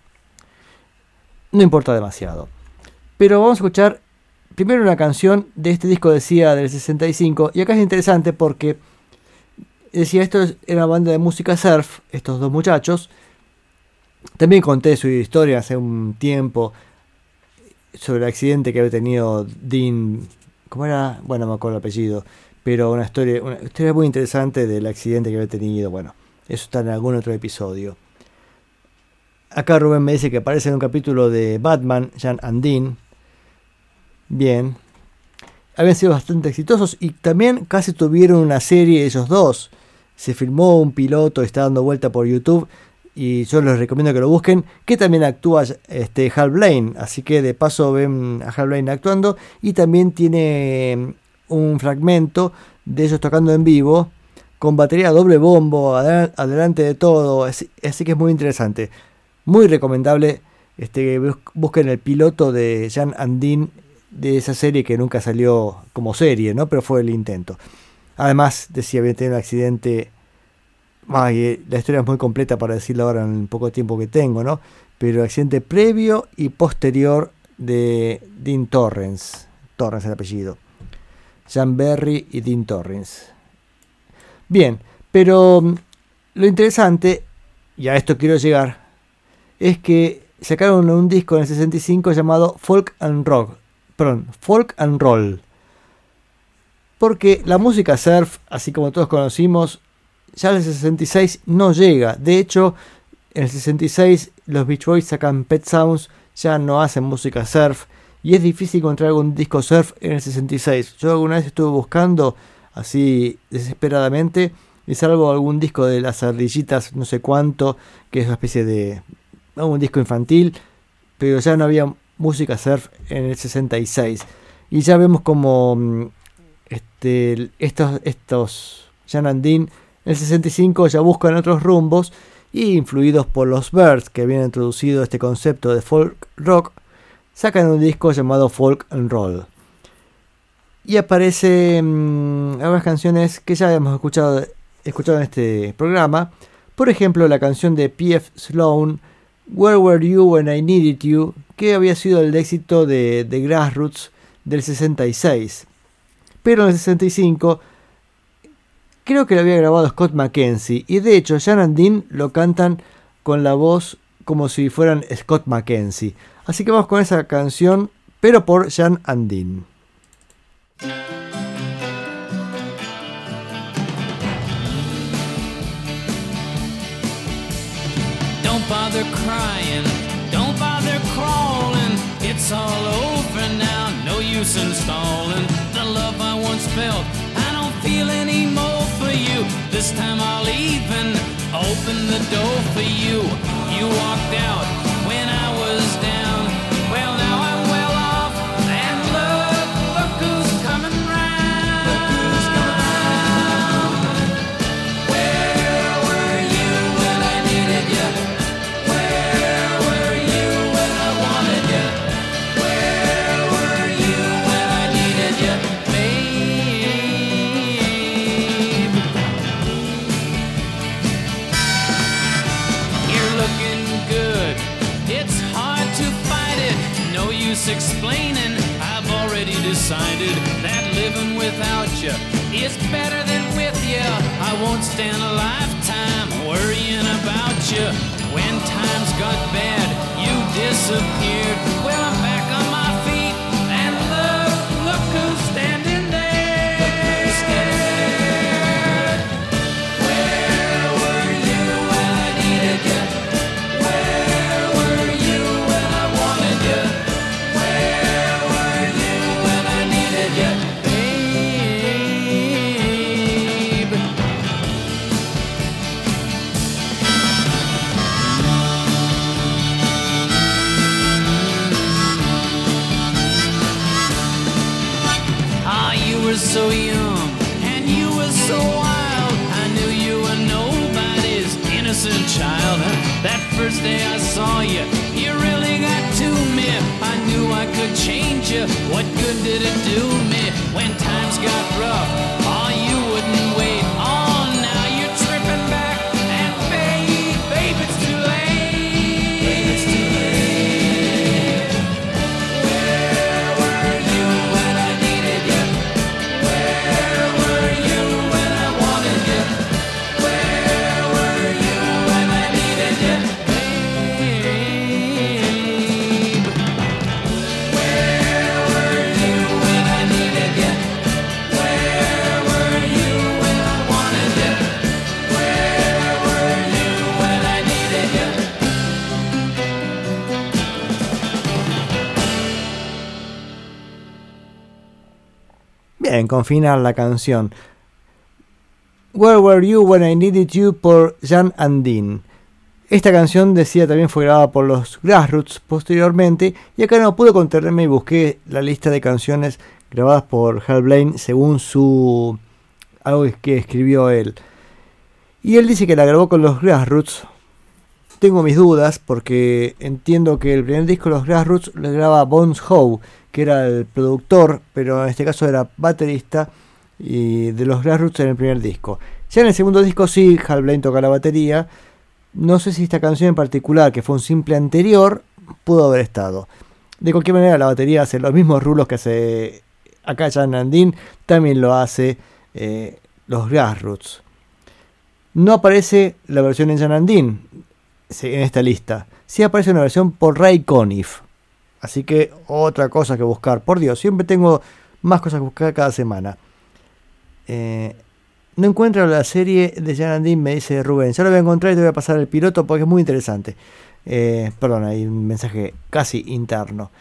no importa demasiado. Pero vamos a escuchar primero una canción de este disco, decía, del sesenta y cinco. Y acá es interesante porque, decía, esto era una banda de música surf, estos dos muchachos. También conté su historia hace un tiempo sobre el accidente que había tenido Dean. ¿Cómo era? Bueno, no me acuerdo el apellido. Pero una historia, una historia muy interesante del accidente que había tenido. Bueno, eso está en algún otro episodio. Acá Rubén me dice que aparece en un capítulo de Batman, Jan and Dean. Bien. Habían sido bastante exitosos y también casi tuvieron una serie ellos dos. Se filmó un piloto, está dando vuelta por YouTube. Y yo les recomiendo que lo busquen, que también actúa este, Hal Blaine. Así que de paso ven a Hal Blaine actuando. Y también tiene un fragmento de ellos tocando en vivo, con batería doble bombo, adel- adelante de todo. Así, así que es muy interesante. Muy recomendable este, que busquen el piloto de Jan and Dean, de esa serie que nunca salió como serie, ¿no? Pero fue el intento. Además, decía, había tenido un accidente. Ay, la historia es muy completa para decirlo ahora en el poco tiempo que tengo, ¿no? Pero accidente previo y posterior de Dean Torrance. Torrance es el apellido. Jan Berry y Dean Torrance. Bien, pero lo interesante, y a esto quiero llegar, es que sacaron un disco en el sesenta y cinco llamado Folk and Rock. Perdón, Folk and Roll. Porque la música surf, así como todos conocimos, ya en el sesenta y seis no llega. De hecho, en el sesenta y seis los Beach Boys sacan Pet Sounds, ya no hacen música surf. Y es difícil encontrar algún disco surf en el sesenta y seis. Yo alguna vez estuve buscando así desesperadamente y salvo algún disco de las ardillitas, no sé cuánto, que es una especie de un disco infantil, pero ya no había música surf en el sesenta y seis. Y ya vemos como este, estos, estos Jan and Dean en el sesenta y cinco ya buscan otros rumbos y, influidos por los Byrds, que habían introducido este concepto de folk rock, sacan un disco llamado Folk and Roll. Y aparecen mmm, algunas canciones que ya habíamos escuchado, escuchado en este programa. Por ejemplo, la canción de P F Sloan, Where Were You When I Needed You, que había sido el éxito de, de Grassroots del sesenta y seis. Pero en el sesenta y cinco creo que lo había grabado Scott McKenzie. Y de hecho, Jan and Dean lo cantan con la voz como si fueran Scott McKenzie. Así que vamos con esa canción, pero por Jan and Dean. Don't bother crying, don't bother crawling. It's all over now, no use in stalling. The love I once felt, I don't feel anymore for you. This time I'll even open the door for you. You walked out when I was down. Well, now I'm well off, and look, look who's coming round. Look who's coming round. Where were you when I needed you? Where were you when I wanted you? Where were you when I needed you, babe? You're looking good. It's hard to fight it. No use explaining. I've already decided that living without you is better than with you. I won't stand a lifetime worrying about you. When times got bad, you disappeared. Well, I'm back on my feet, and look, look who's standing there. Where were you when I needed you? Where were you when I wanted you? Where were you when I needed you, babe? Ah, you were so young and you were so wild. I knew you were nobody's innocent child. That first day I saw you, you really got to me. I knew I could change you. What good did it do me? When times got rough, all you would también con final la canción. Where Were You When I Needed You por Jan and Dean. Esta canción, decía, también fue grabada por los Grassroots posteriormente, y acá no pude contenerme y busqué la lista de canciones grabadas por Hal Blaine según su algo que escribió él. Y él dice que la grabó con los Grassroots. Tengo mis dudas porque entiendo que el primer disco de los Grassroots lo graba Bones Howe, que era el productor, pero en este caso era baterista y de los Grassroots en el primer disco. Ya en el segundo disco sí, Hal Blaine toca la batería. No sé si esta canción en particular, que fue un simple anterior, pudo haber estado. De cualquier manera, la batería hace los mismos rulos que hace acá Jan and Dean, también lo hace eh, los Grassroots. No aparece la versión en Jan and Dean en esta lista. Sí aparece una versión por Ray Conniff. Así que otra cosa que buscar. Por Dios, siempre tengo más cosas que buscar cada semana. Eh... No encuentro la serie de Jan and Dean, me dice Rubén. Ya lo voy a encontrar y te voy a pasar el piloto porque es muy interesante. Eh, perdón, hay un mensaje casi interno.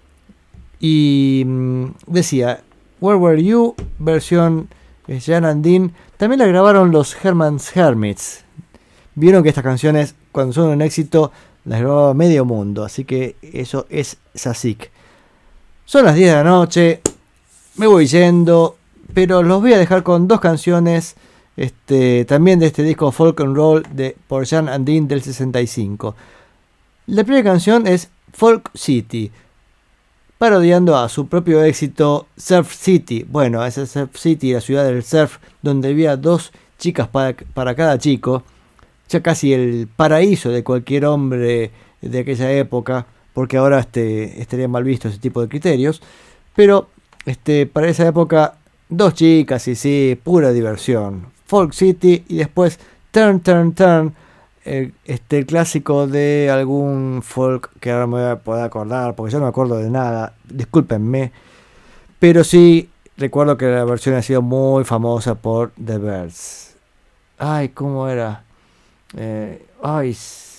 Y mmm, decía, Where Were You, versión Jan and Dean. También la grabaron los Herman's Hermits. Vieron que estas canciones, cuando son un éxito, las grababa medio mundo. Así que eso es Sasik. Son las diez de la noche. Me voy yendo. Pero los voy a dejar con dos canciones este, también de este disco Folk and Roll de, por Jan and Dean del sesenta y cinco. La primera canción es Folk City, parodiando a su propio éxito Surf City. Bueno, esa Surf City, la ciudad del surf, donde había dos chicas para, para cada chico, ya casi el paraíso de cualquier hombre de aquella época, porque ahora este, estaría mal visto ese tipo de criterios, pero este, para esa época... Dos chicas y sí, pura diversión. Folk City y después Turn, Turn, Turn. El, este, el clásico de algún folk que ahora me voy a poder acordar porque yo no me acuerdo de nada. Discúlpenme. Pero sí, recuerdo que la versión ha sido muy famosa por The Byrds. Ay, ¿cómo era? Eh, ay,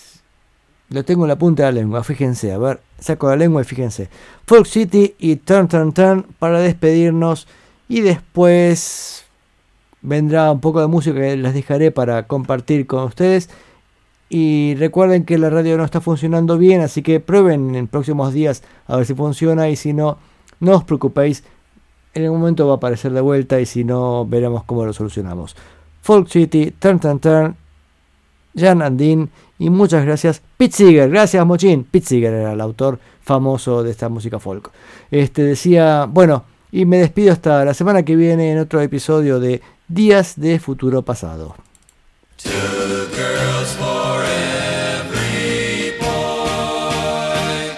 lo tengo en la punta de la lengua, fíjense. A ver, saco la lengua y fíjense. Folk City y Turn, Turn, Turn para despedirnos. Y después vendrá un poco de música que les dejaré para compartir con ustedes. Y recuerden que la radio no está funcionando bien, así que prueben en próximos días a ver si funciona. Y si no, no os preocupéis, en algún momento va a aparecer de vuelta y si no, veremos cómo lo solucionamos. Folk City, Turn, Turn, Turn, Jan and Dean y muchas gracias. Pete Seeger, gracias Mochín. Pete Seeger era el autor famoso de esta música folk. Este decía, bueno... Y me despido hasta la semana que viene en otro episodio de Días de Futuro Pasado. Two girls for every boy.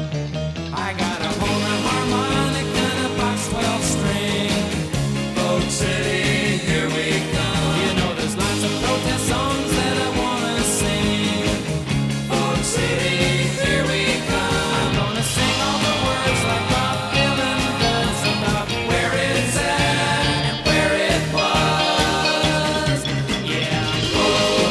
I got a Homer harmonic and a box twelve string. Folk City, here we come. You know there's lots of protest songs that I wanna sing. Folk City, here we come. I'm gonna sing all the words like Bob Dylan does about where it's at and where it was. Yeah, oh.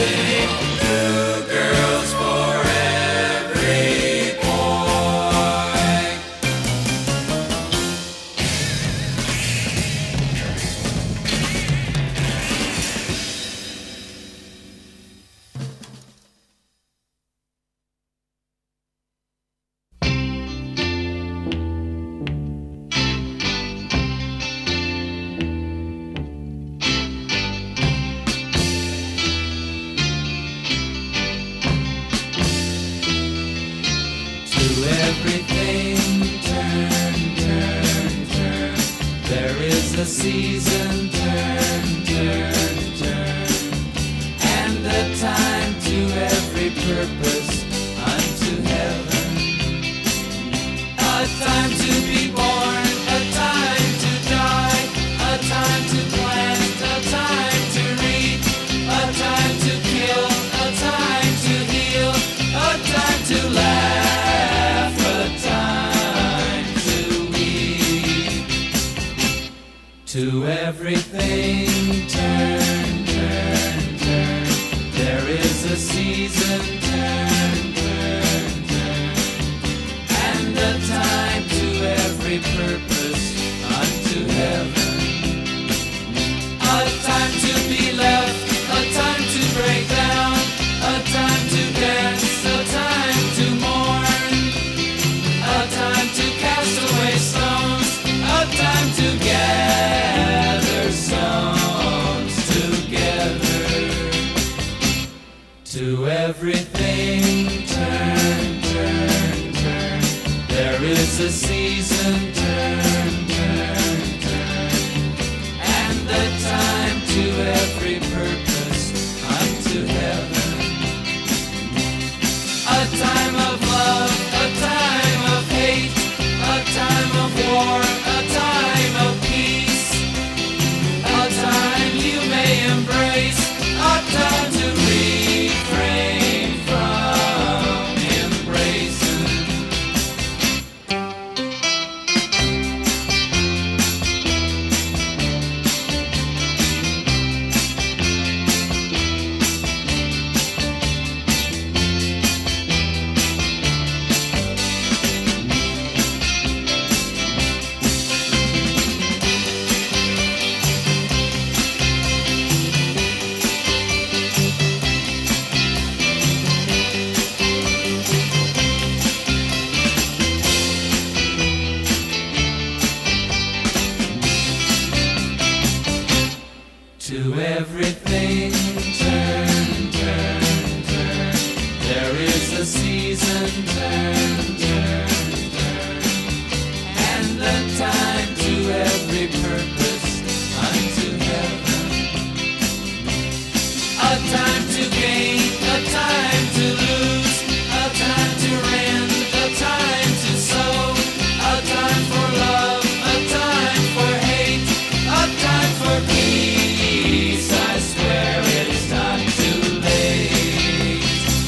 Two girls for every boy. To everything, turn, turn, turn. There is a season, turn, turn, turn. And a time to every purpose unto heaven. A time to be born, a time to die, a time to plant, a time to reap, a time to kill, a time to heal, a time to laugh, a time to weep. To everything, turn, turn, turn. There is a season, turn, turn, turn. And a time to every purpose unto heaven. A time to be left, a time to break down, a time to dance, a time to mourn, a time to cast away stones, a time to gather stones together. To everything, turn, turn, turn. There is a season, turn, turn, turn. And a time to every purpose unto heaven. A time of love, a time of hate, a time of war, a time of peace, a time you may embrace, a time to refrain from embracing. To everything, turn, turn, turn. There is a season, turn, turn, turn. And a time to every purpose unto heaven. A time to gain, a time to lose, a time to rend, a time to sow, a time for love, a time for hate, a time for peace. I swear it's not too late.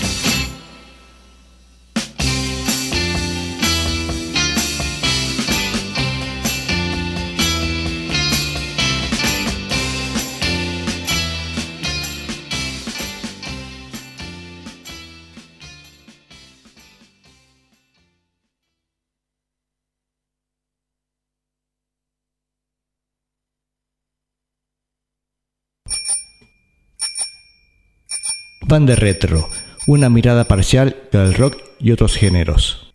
Banda Retro, una mirada parcial del rock y otros géneros.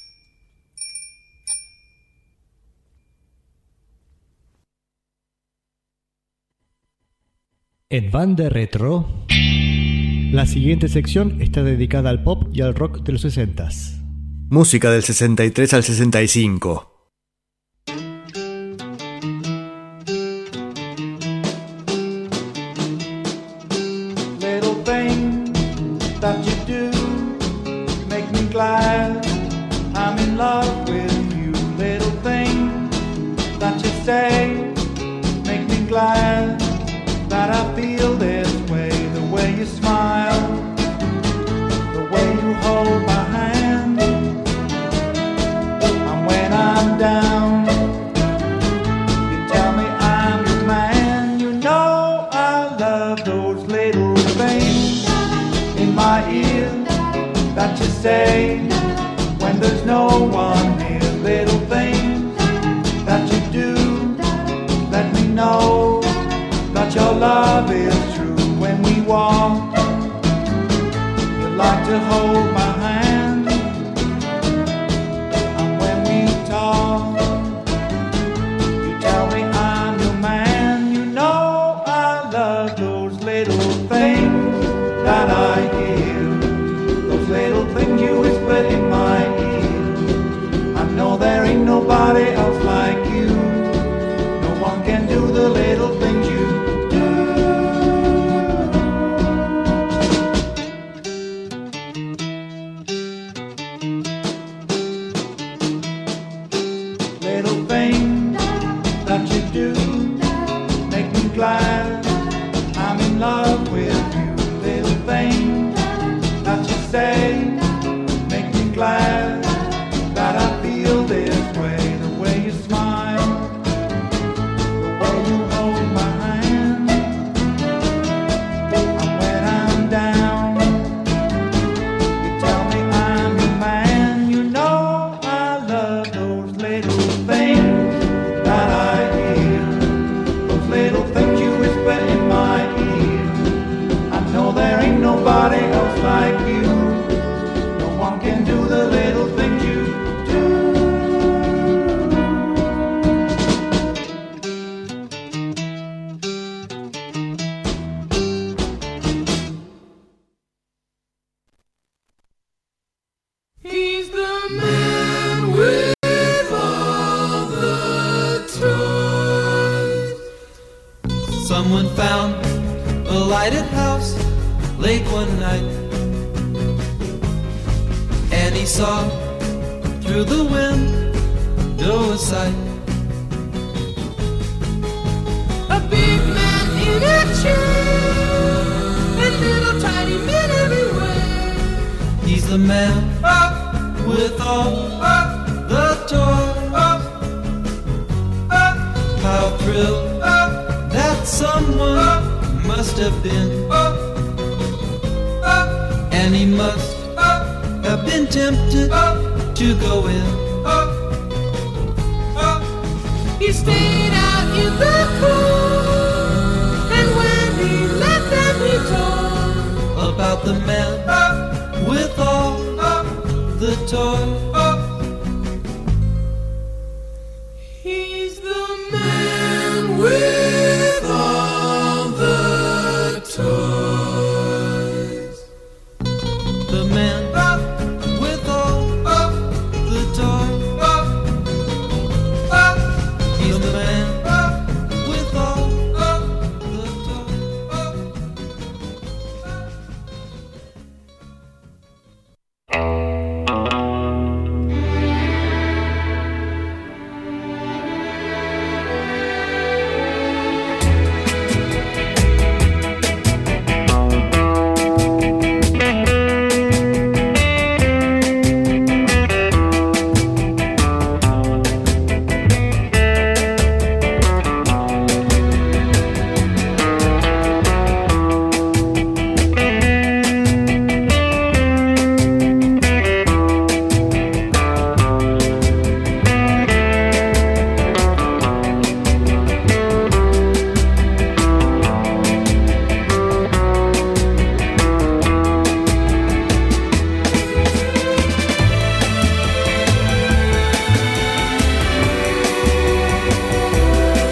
En Banda Retro, la siguiente sección está dedicada al pop y al rock de los sesentas. Música del sesenta y tres al sesenta y cinco. That you do, you make me glad I'm in love with you. Little thing that you say make me glad that I feel this way. The way you smile, the way you hold my hand, and when I'm down you tell me I'm your man. You know I love those little things. my ear that you say when there's no one near. Little things that you do, let me know that your love is true. When we walk, you like to hold my hand, and when we talk, you tell me I'm your man. You know I love those little things that I hear, those little things you whisper in my ear. I know there ain't nobody else like you. No one can do the little things you do. Little things that you do make me glad I'm in love with you. Little things that you say make me glad that I feel this way. The way you smile, the way you hold my hand, and when I'm down, you tell me I'm your man. You know I love those little things that I hear, those little things you whisper in my ear. I know there ain't nobody else like you. No one can do the little things you do. He's the man with all the toys. Someone found a lighted house late one night, and he saw through the window a sight. A big man in a chair, and little tiny men everywhere. He's the man with all the toys. How thrilled that someone must have been, and he must have been tempted to go in. He stayed out in the cold, and when he left them he told about the man with all the toys.